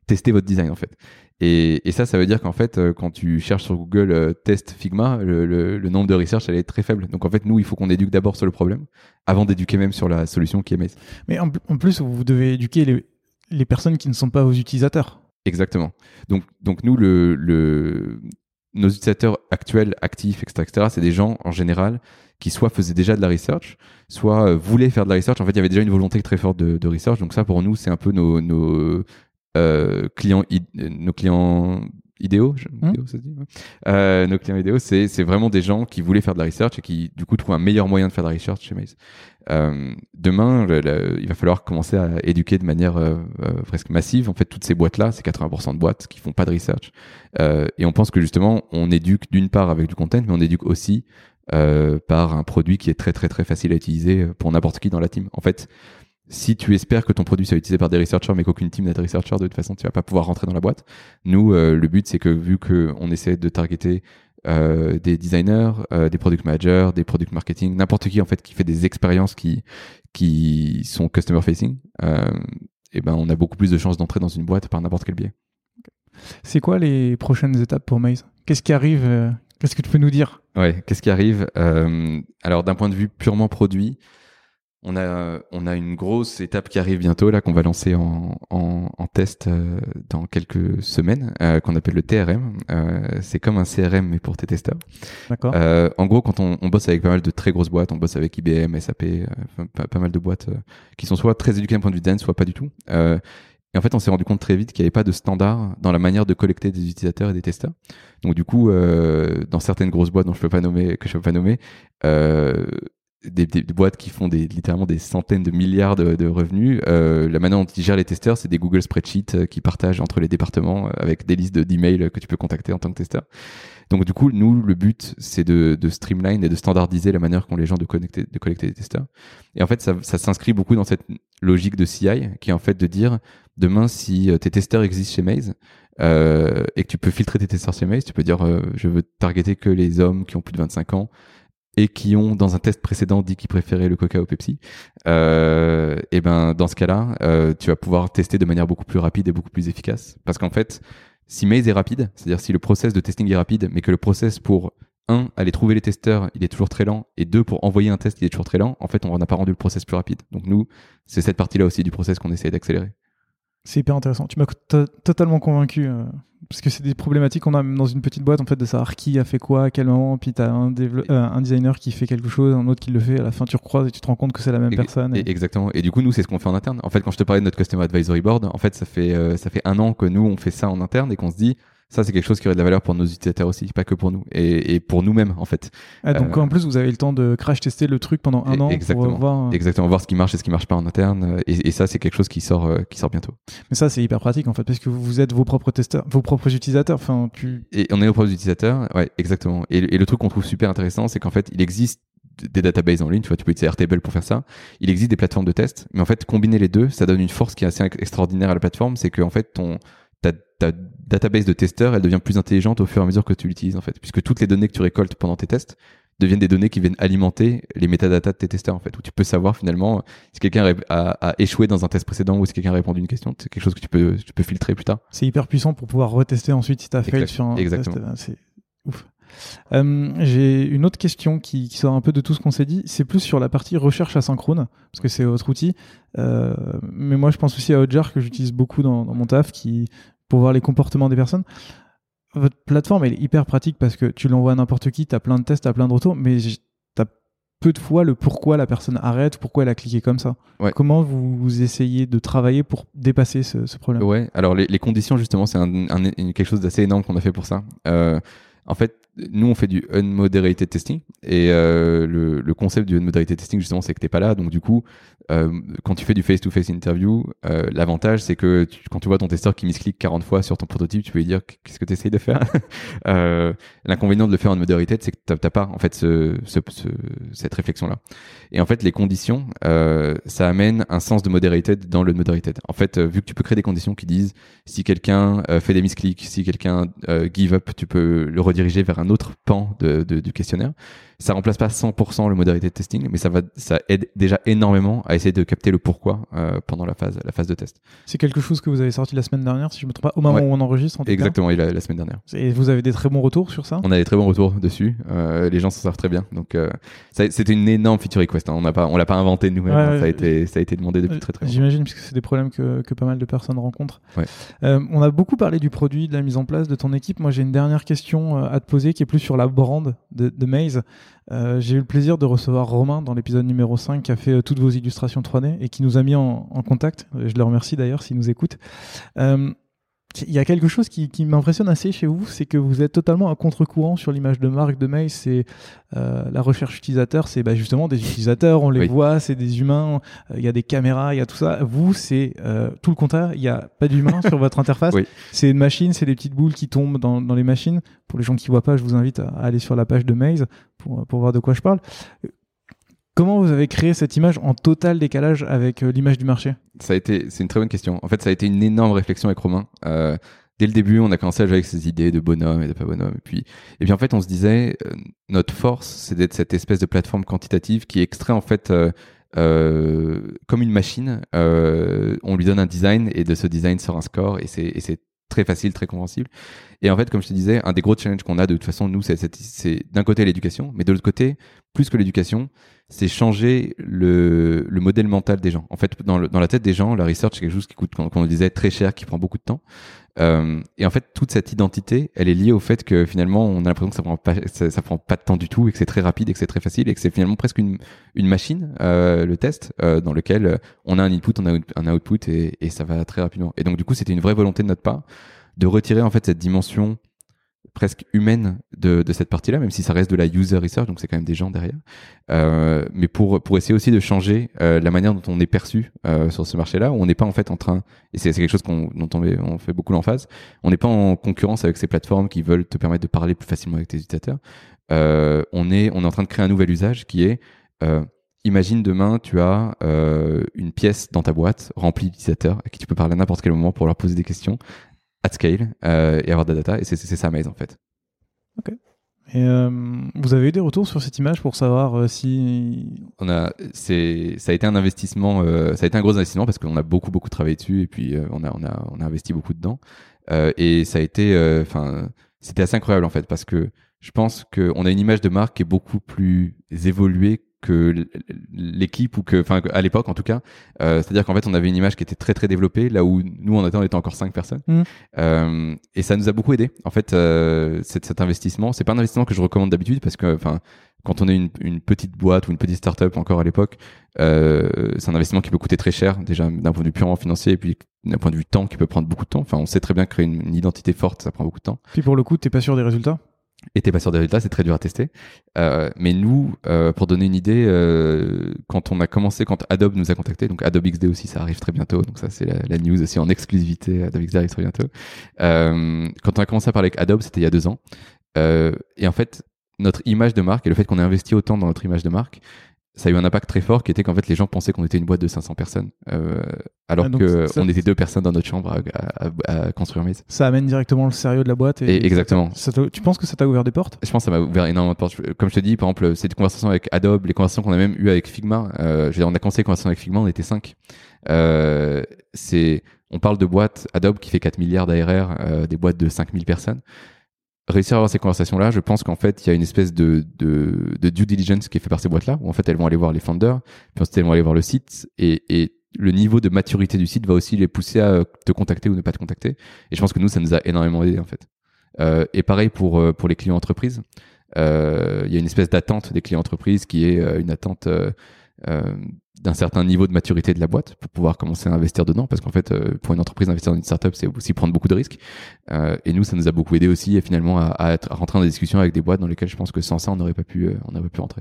[SPEAKER 2] tester votre design en fait. Et, et ça, ça veut dire qu'en fait, euh, quand tu cherches sur Google euh, test Figma, le, le, le nombre de research elle est très faible. Donc en fait, nous, il faut qu'on éduque d'abord sur le problème, avant d'éduquer même sur la solution qui est Maze.
[SPEAKER 1] Mais en, en plus, vous devez éduquer les, les personnes qui ne sont pas vos utilisateurs.
[SPEAKER 2] Exactement. Donc, donc nous, le, le, nos utilisateurs actuels, actifs, et cetera, et cetera, c'est des gens en général qui soit faisaient déjà de la research, soit euh, voulaient faire de la research. En fait, il y avait déjà une volonté très forte de, de research. Donc ça, pour nous, c'est un peu nos, nos euh, clients, id- nos clients idéaux. Je,
[SPEAKER 1] Mmh.
[SPEAKER 2] idéaux, ça se dit, ouais. euh, nos clients idéaux, c'est, c'est vraiment des gens qui voulaient faire de la research et qui, du coup, trouvent un meilleur moyen de faire de la research chez Maze. Euh, demain, le, le, il va falloir commencer à éduquer de manière euh, euh, presque massive. En fait, toutes ces boîtes-là, c'est quatre-vingts pour cent de boîtes qui font pas de research. Euh, et on pense que justement, on éduque d'une part avec du content, mais on éduque aussi euh, par un produit qui est très très très facile à utiliser pour n'importe qui dans la team. En fait, si tu espères que ton produit soit utilisé par des researchers, mais qu'aucune team n'a de researchers, de toute façon, tu vas pas pouvoir rentrer dans la boîte. Nous, euh, le but, c'est que vu qu'on essaie de targeter euh, des designers, euh, des product managers, des product marketing, n'importe qui en fait qui fait des expériences qui qui sont customer facing, euh, et ben on a beaucoup plus de chances d'entrer dans une boîte par n'importe quel biais.
[SPEAKER 1] C'est quoi les prochaines étapes pour Maze ? Qu'est-ce qui arrive ? euh, Qu'est-ce que tu peux nous dire ?
[SPEAKER 2] Ouais, qu'est-ce qui arrive ? euh, Alors d'un point de vue purement produit, on a on a une grosse étape qui arrive bientôt là qu'on va lancer en en, en test euh, dans quelques semaines, euh, qu'on appelle le T R M. Euh, c'est comme un C R M mais pour tes testeurs.
[SPEAKER 1] D'accord.
[SPEAKER 2] Euh, en gros, quand on, on bosse avec pas mal de très grosses boîtes, on bosse avec I B M, S A P, euh, enfin, pas, pas mal de boîtes euh, qui sont soit très éduquées d'un point de vue design, soit pas du tout. Euh, et en fait, on s'est rendu compte très vite qu'il n'y avait pas de standard dans la manière de collecter des utilisateurs et des testeurs. Donc du coup, euh, dans certaines grosses boîtes dont je peux pas nommer, que je peux pas nommer, euh, des, des, des boîtes qui font des, littéralement des centaines de milliards de, de revenus, euh, la manière dont ils gèrent les testeurs, c'est des Google Spreadsheets euh, qui partagent entre les départements euh, avec des listes de, d'emails que tu peux contacter en tant que testeur. Donc du coup, nous, le but, c'est de, de streamline et de standardiser la manière qu'ont les gens de, connecter, de collecter des testeurs. Et en fait, ça, ça s'inscrit beaucoup dans cette logique de C I, qui est en fait de dire, demain, si tes testeurs existent chez Maze, euh, et que tu peux filtrer tes testeurs chez Maze, tu peux dire, euh, je veux targeter que les hommes qui ont plus de vingt-cinq ans, et qui ont, dans un test précédent, dit qu'ils préféraient le Coca au Pepsi, euh, et ben, dans ce cas-là, euh, tu vas pouvoir tester de manière beaucoup plus rapide et beaucoup plus efficace. Parce qu'en fait, si Maze est rapide, c'est-à-dire si le process de testing est rapide, mais que le process pour, un, aller trouver les testeurs, il est toujours très lent, et deux, pour envoyer un test, il est toujours très lent, en fait, on n'a pas rendu le process plus rapide. Donc nous, c'est cette partie-là aussi du process qu'on essaie d'accélérer.
[SPEAKER 1] C'est hyper intéressant. Tu m'as to- totalement convaincu. Euh, parce que c'est des problématiques qu'on a même dans une petite boîte, en fait, de savoir qui a fait quoi, à quel moment. Puis tu as un, dévelop- euh, un designer qui fait quelque chose, un autre qui le fait. À la fin, tu recroises et tu te rends compte que c'est la même
[SPEAKER 2] Et,
[SPEAKER 1] personne.
[SPEAKER 2] et,
[SPEAKER 1] Et...
[SPEAKER 2] Exactement. Et du coup, nous, c'est ce qu'on fait en interne. En fait, quand je te parlais de notre Customer Advisory Board, en fait, ça fait, euh, ça fait un an que nous, on fait ça en interne et qu'on se dit, ça, c'est quelque chose qui aurait de la valeur pour nos utilisateurs aussi, pas que pour nous, et, et pour nous-mêmes, en fait.
[SPEAKER 1] Ah, donc,
[SPEAKER 2] Euh,
[SPEAKER 1] en plus, vous avez le temps de crash tester le truc pendant un an
[SPEAKER 2] exactement.
[SPEAKER 1] pour voir.
[SPEAKER 2] Exactement, voir ce qui marche et ce qui marche pas en interne. Et, et ça, c'est quelque chose qui sort, euh, qui sort bientôt.
[SPEAKER 1] Mais ça, c'est hyper pratique, en fait, parce que vous êtes vos propres testeurs, vos propres utilisateurs. Enfin, tu...
[SPEAKER 2] Et on est nos propres utilisateurs, ouais, exactement. Et, et le truc qu'on trouve super intéressant, c'est qu'en fait, il existe des databases en ligne, tu vois, tu peux utiliser Airtable pour faire ça. Il existe des plateformes de test, mais en fait, combiner les deux, ça donne une force qui est assez extraordinaire à la plateforme, c'est que en fait, ton ta, ta database de testeurs, elle devient plus intelligente au fur et à mesure que tu l'utilises, en fait, puisque toutes les données que tu récoltes pendant tes tests deviennent des données qui viennent alimenter les métadatas de tes testeurs, en fait, où tu peux savoir finalement si quelqu'un a, a échoué dans un test précédent ou si quelqu'un a répondu à une question. C'est quelque chose que tu peux, tu peux filtrer plus tard.
[SPEAKER 1] C'est hyper puissant pour pouvoir retester ensuite si tu as fail
[SPEAKER 2] Exact,
[SPEAKER 1] sur un
[SPEAKER 2] exactement.
[SPEAKER 1] test. C'est ouf. Euh, j'ai une autre question qui, qui sort un peu de tout ce qu'on s'est dit. C'est plus sur la partie recherche asynchrone, parce que c'est votre outil. Euh, mais moi, je pense aussi à Hotjar, que j'utilise beaucoup dans, dans mon taf, qui, pour voir les comportements des personnes. Votre plateforme, elle est hyper pratique parce que tu l'envoies à n'importe qui, tu as plein de tests, tu as plein de retours, mais tu as peu de fois le pourquoi la personne arrête, pourquoi elle a cliqué comme ça.
[SPEAKER 2] Ouais.
[SPEAKER 1] Comment vous, vous essayez de travailler pour dépasser ce, ce problème ?
[SPEAKER 2] Ouais, alors les, les conditions, justement, c'est un, un, quelque chose d'assez énorme qu'on a fait pour ça. Euh, en fait, nous, on fait du unmoderated testing et euh, le, le concept du unmoderated testing, justement, c'est que t'es pas là. Donc, du coup, euh, quand tu fais du face-to-face interview, euh, l'avantage, c'est que tu, quand tu vois ton testeur qui misclique quarante fois sur ton prototype, tu peux lui dire qu'est-ce que tu essayes de faire. euh, L'inconvénient de le faire en moderated, c'est que t'as, t'as pas en fait ce, ce, ce, cette réflexion-là. Et en fait, les conditions, euh, ça amène un sens de moderated dans le unmoderated. En fait, euh, vu que tu peux créer des conditions qui disent si quelqu'un euh, fait des misclicks, si quelqu'un euh, give up, tu peux le rediriger vers un autre pan de, de, du questionnaire. Ça remplace pas cent pour cent le modalité de testing, mais ça va, ça aide déjà énormément à essayer de capter le pourquoi euh, pendant la phase, la phase de test.
[SPEAKER 1] C'est quelque chose que vous avez sorti la semaine dernière, si je me trompe pas, au moment
[SPEAKER 2] ouais.
[SPEAKER 1] où on enregistre. En tout
[SPEAKER 2] Exactement,
[SPEAKER 1] cas.
[SPEAKER 2] la, la semaine dernière.
[SPEAKER 1] Et vous avez des très bons retours sur ça?
[SPEAKER 2] On a des très bons retours dessus. Euh, les gens s'en servent très bien. Donc, euh, ça, c'était une énorme feature request. Hein. On n'a pas, on l'a pas inventé nous-mêmes. Ouais, hein. Ça a été, ça a été demandé depuis euh, très très longtemps.
[SPEAKER 1] J'imagine, puisque c'est des problèmes que, que pas mal de personnes rencontrent.
[SPEAKER 2] Ouais.
[SPEAKER 1] Euh, on a beaucoup parlé du produit, de la mise en place de ton équipe. Moi, j'ai une dernière question à te poser qui est plus sur la brand de, de Maze. Euh, j'ai eu le plaisir de recevoir Romain dans l'épisode numéro cinq qui a fait euh, toutes vos illustrations trois D et qui nous a mis en, en contact. Je le remercie d'ailleurs s'il nous écoute. Euh, il y a quelque chose qui, qui m'impressionne assez chez vous, c'est que vous êtes totalement à contre-courant sur l'image de marque de Maze. C'est euh, la recherche utilisateur, c'est bah, justement des utilisateurs, on les oui. voit, c'est des humains, il euh, y a des caméras, il y a tout ça. Vous, c'est euh, tout le contraire, il n'y a pas d'humain sur votre interface. Oui. C'est une machine, c'est des petites boules qui tombent dans, dans les machines. Pour les gens qui ne voient pas, je vous invite à, à aller sur la page de Maze pour, pour voir de quoi je parle. Comment vous avez créé cette image en total décalage avec euh, l'image du marché ?
[SPEAKER 2] Ça a été, c'est une très bonne question. En fait, ça a été une énorme réflexion avec Romain. Euh, dès le début, on a commencé à jouer avec ces idées de bonhomme et de pas bonhomme. Et puis, et puis en fait, on se disait, euh, notre force, c'est d'être cette espèce de plateforme quantitative qui extrait en fait euh, euh, comme une machine. Euh, on lui donne un design et de ce design sort un score et c'est, et c'est très facile, très compréhensible. Et en fait, comme je te disais, un des gros challenges qu'on a de toute façon, nous, c'est, c'est, c'est d'un côté l'éducation, mais de l'autre côté, plus que l'éducation, c'est changer le, le modèle mental des gens. En fait, dans, le, dans la tête des gens, la research, c'est quelque chose qui coûte, comme on le disait, très cher, qui prend beaucoup de temps. Euh, et en fait, toute cette identité, elle est liée au fait que finalement, on a l'impression que ça prend pas, ça, ça prend pas de temps du tout et que c'est très rapide et que c'est très facile et que c'est finalement presque une, une machine, euh, le test, euh, dans lequel on a un input, on a un output et, et ça va très rapidement. Et donc, du coup, c'était une vraie volonté de notre part de retirer en fait cette dimension presque humaine de, de cette partie-là, même si ça reste de la user research, donc c'est quand même des gens derrière. Euh, mais pour pour essayer aussi de changer euh, la manière dont on est perçu euh, sur ce marché-là, où on n'est pas en fait en train, et c'est, c'est quelque chose qu'on, dont on, met, on fait beaucoup l'emphase, on n'est pas en concurrence avec ces plateformes qui veulent te permettre de parler plus facilement avec tes utilisateurs. Euh, on est on est en train de créer un nouvel usage qui est euh, imagine demain, tu as euh, une pièce dans ta boîte remplie d'utilisateurs à qui tu peux parler à n'importe quel moment pour leur poser des questions at scale euh, et avoir de la data, et c'est, c'est, c'est ça Maze en fait.
[SPEAKER 1] Ok. Et euh, vous avez eu des retours sur cette image pour savoir euh, si...
[SPEAKER 2] On a, c'est, ça a été un investissement, euh, ça a été un gros investissement parce qu'on a beaucoup beaucoup travaillé dessus et puis euh, on a on a on a investi beaucoup dedans euh, et ça a été, enfin, euh, c'était assez incroyable en fait parce que je pense que on a une image de marque qui est beaucoup plus évoluée que l'équipe ou que, enfin, à l'époque en tout cas, euh, c'est-à-dire qu'en fait on avait une image qui était très très développée là où nous on était, on était encore cinq personnes mmh. euh, et ça nous a beaucoup aidé en fait. Euh, cet, cet investissement, c'est pas un investissement que je recommande d'habitude parce que, enfin, quand on est une, une petite boîte ou une petite start-up encore à l'époque, euh, c'est un investissement qui peut coûter très cher déjà d'un point de vue purement financier et puis d'un point de vue temps qui peut prendre beaucoup de temps. Enfin, on sait très bien que créer une, une identité forte, ça prend beaucoup de temps.
[SPEAKER 1] Puis pour le coup, t'es pas sûr des résultats.
[SPEAKER 2] Et t'es pas sûr des résultats, c'est très dur à tester. Euh, mais nous, euh, pour donner une idée, euh, quand on a commencé, quand Adobe nous a contacté, donc Adobe X D aussi, ça arrive très bientôt. Donc ça, c'est la, la news aussi en exclusivité. Adobe X D arrive très bientôt. Euh, quand on a commencé à parler avec Adobe, c'était il y a deux ans. Euh, et en fait, notre image de marque et le fait qu'on ait investi autant dans notre image de marque, ça a eu un impact très fort qui était qu'en fait les gens pensaient qu'on était une boîte de cinq cents personnes euh, alors ah, que ça, on était deux personnes dans notre chambre à, à, à construire Maze.
[SPEAKER 1] Ça amène directement le sérieux de la boîte. Et,
[SPEAKER 2] et exactement.
[SPEAKER 1] Ça, ça tu penses que ça t'a ouvert des portes ?
[SPEAKER 2] Je pense que ça m'a ouvert énormément de portes. Comme je te dis, par exemple, cette conversation avec Adobe, les conversations qu'on a même eues avec Figma, euh, je veux dire, on a commencé les conversations avec Figma, on était cinq. Euh, c'est, on parle de boîtes Adobe qui fait quatre milliards d'A R R, euh, des boîtes de cinq mille personnes. Réussir à avoir ces conversations-là, je pense qu'en fait, il y a une espèce de, de, de due diligence qui est fait par ces boîtes-là, où en fait, elles vont aller voir les founders, puis ensuite, elles vont aller voir le site, et, et le niveau de maturité du site va aussi les pousser à te contacter ou ne pas te contacter. Et je pense que nous, ça nous a énormément aidé, en fait. Euh, et pareil pour, pour les clients entreprises. Euh, il y a une espèce d'attente des clients entreprises qui est une attente euh, euh, d'un certain niveau de maturité de la boîte pour pouvoir commencer à investir dedans, parce qu'en fait euh, pour une entreprise investir dans une startup c'est aussi prendre beaucoup de risques euh, et nous ça nous a beaucoup aidé aussi et finalement à, à, être, à rentrer dans des discussions avec des boîtes dans lesquelles je pense que sans ça on n'aurait pas pu euh, on n'aurait pas pu rentrer.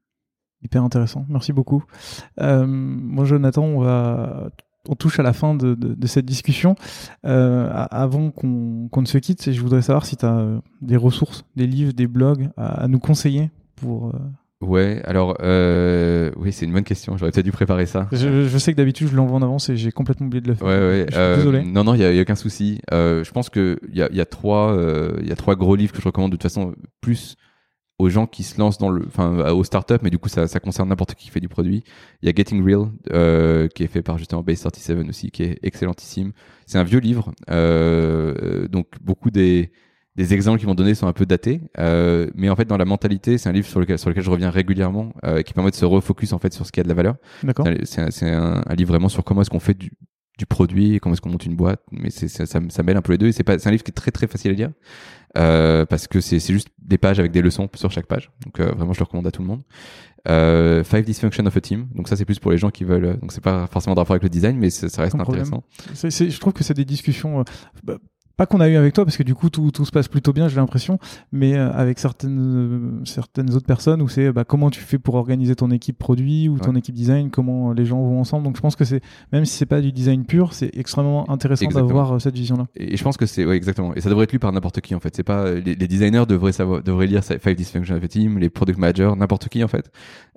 [SPEAKER 1] Hyper intéressant, merci beaucoup. Euh, moi Jonathan, on va on touche à la fin de, de, de cette discussion. Euh, avant qu'on, qu'on ne se quitte, je voudrais savoir si tu as des ressources, des livres, des blogs à, à nous conseiller pour euh...
[SPEAKER 2] Ouais, alors euh, oui, c'est une bonne question. J'aurais peut-être dû préparer ça.
[SPEAKER 1] Je, je sais que d'habitude je l'envoie en avance et j'ai complètement oublié de le faire.
[SPEAKER 2] Ouais, ouais.
[SPEAKER 1] Je suis
[SPEAKER 2] euh,
[SPEAKER 1] désolé.
[SPEAKER 2] Non, non, il y a, y a aucun souci. Euh, je pense que il y a, y a trois, il euh, y a trois gros livres que je recommande de toute façon plus aux gens qui se lancent dans le, enfin, aux startups, mais du coup, ça, ça concerne n'importe qui qui fait du produit. Il y a Getting Real, euh, qui est fait par justement Base trente-sept aussi, qui est excellentissime. C'est un vieux livre, euh, donc beaucoup des, des exemples qu'ils m'ont donnés sont un peu datés, euh, mais en fait, dans la mentalité, c'est un livre sur lequel, sur lequel je reviens régulièrement, euh, qui permet de se refocus en fait sur ce qui a de la valeur.
[SPEAKER 1] D'accord.
[SPEAKER 2] C'est, un, c'est un, un livre vraiment sur comment est-ce qu'on fait du, du produit et comment est-ce qu'on monte une boîte, mais c'est, ça, ça, ça mêle un peu les deux et c'est pas, c'est un livre qui est très très facile à lire. Euh, parce que c'est, c'est juste des pages avec des leçons sur chaque page. Donc euh, vraiment, je le recommande à tout le monde. Euh, Five Dysfunctions of a Team. Donc ça, c'est plus pour les gens qui veulent. Donc c'est pas forcément de rapport avec le design, mais ça, ça reste
[SPEAKER 1] Sans
[SPEAKER 2] intéressant.
[SPEAKER 1] C'est, c'est, je trouve que c'est des discussions. Euh, bah, pas qu'on a eu avec toi, parce que du coup tout, tout se passe plutôt bien, j'ai l'impression, mais euh, avec certaines, euh, certaines autres personnes où c'est bah, comment tu fais pour organiser ton équipe produit ou ton ouais. équipe design, comment les gens vont ensemble. Donc je pense que c'est, même si c'est pas du design pur, c'est extrêmement intéressant exactement. d'avoir euh, cette vision-là.
[SPEAKER 2] Et je pense que c'est, ouais, exactement. Et ça devrait être lu par n'importe qui en fait. C'est pas les, les designers devraient savoir, devraient lire Five Dysfunctions of a Team, les product managers, n'importe qui en fait.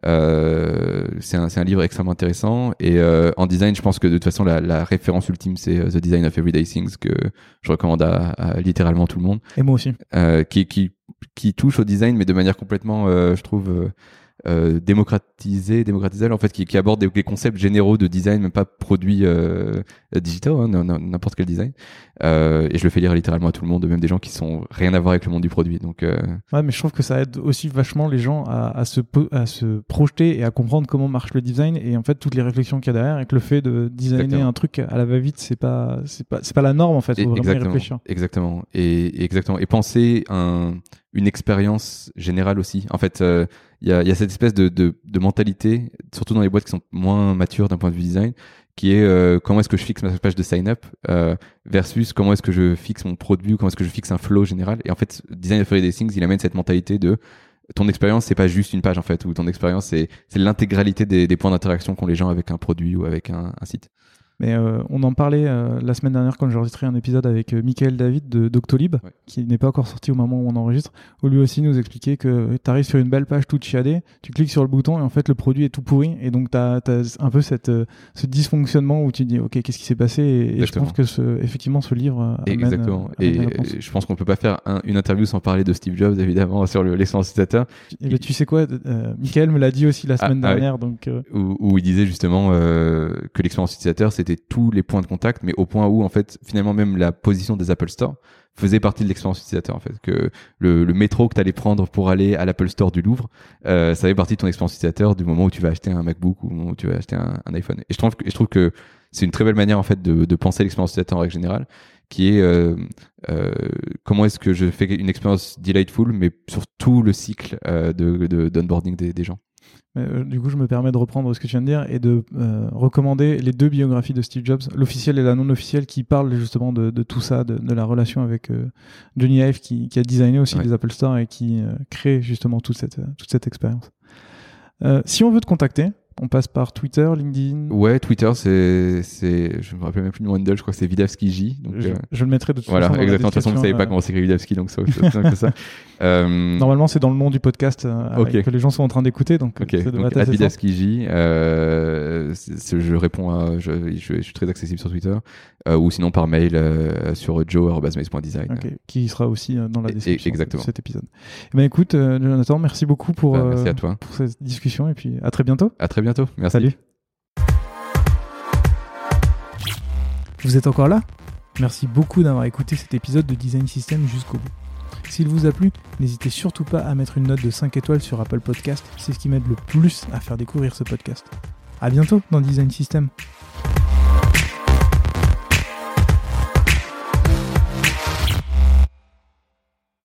[SPEAKER 2] Euh, c'est un, c'est un livre extrêmement intéressant. Et euh, en design, je pense que de toute façon la, la référence ultime c'est uh, The Design of Everyday Things que je recommande à, à littéralement tout le monde.
[SPEAKER 1] Et moi aussi.
[SPEAKER 2] Euh, qui, qui, qui touche au design, mais de manière complètement, euh, je trouve, euh, euh, démocratisée, démocratisée, en fait, qui, qui aborde des, des concepts généraux de design, même pas produits euh, digitaux, hein, n'importe quel design. Euh, et je le fais lire littéralement à tout le monde, même des gens qui sont rien à voir avec le monde du produit. Donc, euh...
[SPEAKER 1] ouais, mais je trouve que ça aide aussi vachement les gens à, à, se, à se projeter et à comprendre comment marche le design et en fait toutes les réflexions qu'il y a derrière et que le fait de designer exactement. un truc à la va-vite, c'est pas, c'est pas, c'est pas la norme en fait. Faut vraiment
[SPEAKER 2] exactement,
[SPEAKER 1] y réfléchir.
[SPEAKER 2] Exactement. Et, et exactement. Et penser un, une expérience générale aussi. En fait, il euh, y, a, y a cette espèce de, de, de mentalité, surtout dans les boîtes qui sont moins matures d'un point de vue design, qui est euh, comment est-ce que je fixe ma page de sign-up euh, versus comment est-ce que je fixe mon produit, comment est-ce que je fixe un flow général. Et en fait, Design of Everyday Things, il amène cette mentalité de ton expérience, c'est pas juste une page en fait, ou ton expérience, c'est, c'est l'intégralité des, des points d'interaction qu'ont les gens avec un produit ou avec un, un site.
[SPEAKER 1] Mais euh, on en parlait euh, la semaine dernière quand j'ai enregistré un épisode avec euh, Michael David de Doctolib, ouais. qui n'est pas encore sorti au moment où on enregistre, où lui aussi nous expliquait que tu arrives sur une belle page toute chiadée, tu cliques sur le bouton et en fait le produit est tout pourri et donc tu as un peu cette, euh, ce dysfonctionnement où tu te dis ok, qu'est-ce qui s'est passé et, et je pense que ce, effectivement ce livre amène,
[SPEAKER 2] exactement.
[SPEAKER 1] Amène
[SPEAKER 2] et je pense qu'on peut pas faire un, une interview sans parler de Steve Jobs évidemment sur le, l'expérience utilisateur.
[SPEAKER 1] Et ben, tu sais quoi, euh, Michael me l'a dit aussi la semaine ah, dernière. Ah, oui. donc, euh...
[SPEAKER 2] où, où il disait justement euh, que l'expérience utilisateur c'était tous les points de contact, mais au point où en fait finalement même la position des Apple Store faisait partie de l'expérience utilisateur en fait, que le, le métro que tu allais prendre pour aller à l'Apple Store du Louvre, euh, ça fait partie de ton expérience utilisateur du moment où tu vas acheter un MacBook ou du moment où tu vas acheter un, un iPhone. Et je trouve que, je trouve que c'est une très belle manière en fait de, de penser l'expérience utilisateur en règle générale, qui est euh, euh, comment est-ce que je fais une expérience delightful, mais sur tout le cycle euh, de, de, d'onboarding des, des gens.
[SPEAKER 1] Euh, du coup, je me permets de reprendre ce que tu viens de dire et de euh, recommander les deux biographies de Steve Jobs, l'officielle et la non officielle, qui parlent justement de, de tout ça, de, de la relation avec euh, Johnny Ive, qui, qui a designé aussi ouais. les Apple Store et qui euh, crée justement toute cette, toute cette expérience. Euh, si on veut te contacter, on passe par Twitter, LinkedIn.
[SPEAKER 2] Ouais, Twitter, c'est, c'est, je me rappelle même plus du handle, je crois que c'est Vidavski J. Donc,
[SPEAKER 1] je,
[SPEAKER 2] euh...
[SPEAKER 1] je le mettrai de toute
[SPEAKER 2] voilà,
[SPEAKER 1] façon.
[SPEAKER 2] Voilà, exactement. De toute façon, vous ne savez pas euh... comment s'écrit Vidavski, donc ça, c'est ça.
[SPEAKER 1] Euh... Normalement, c'est dans le nom du podcast euh, okay. que les gens sont en train d'écouter, donc
[SPEAKER 2] okay.
[SPEAKER 1] ça devrait
[SPEAKER 2] donc,
[SPEAKER 1] être
[SPEAKER 2] Vidavski J. Euh, c'est, c'est, je réponds à, je, je, je suis très accessible sur Twitter, euh, ou sinon par mail euh, sur joe arobase maze point design.
[SPEAKER 1] Okay. Qui sera aussi euh, dans la description
[SPEAKER 2] et,
[SPEAKER 1] de cet épisode. Eh ben, écoute, euh, Jonathan, merci beaucoup pour,
[SPEAKER 2] bah, merci à toi.
[SPEAKER 1] pour cette discussion et puis à très bientôt.
[SPEAKER 2] À très bientôt. Merci.
[SPEAKER 1] Salut. Vous êtes encore là ? Merci beaucoup d'avoir écouté cet épisode de Design System jusqu'au bout. S'il vous a plu, n'hésitez surtout pas à mettre une note de cinq étoiles sur Apple Podcast, c'est ce qui m'aide le plus à faire découvrir ce podcast. À bientôt dans Design System.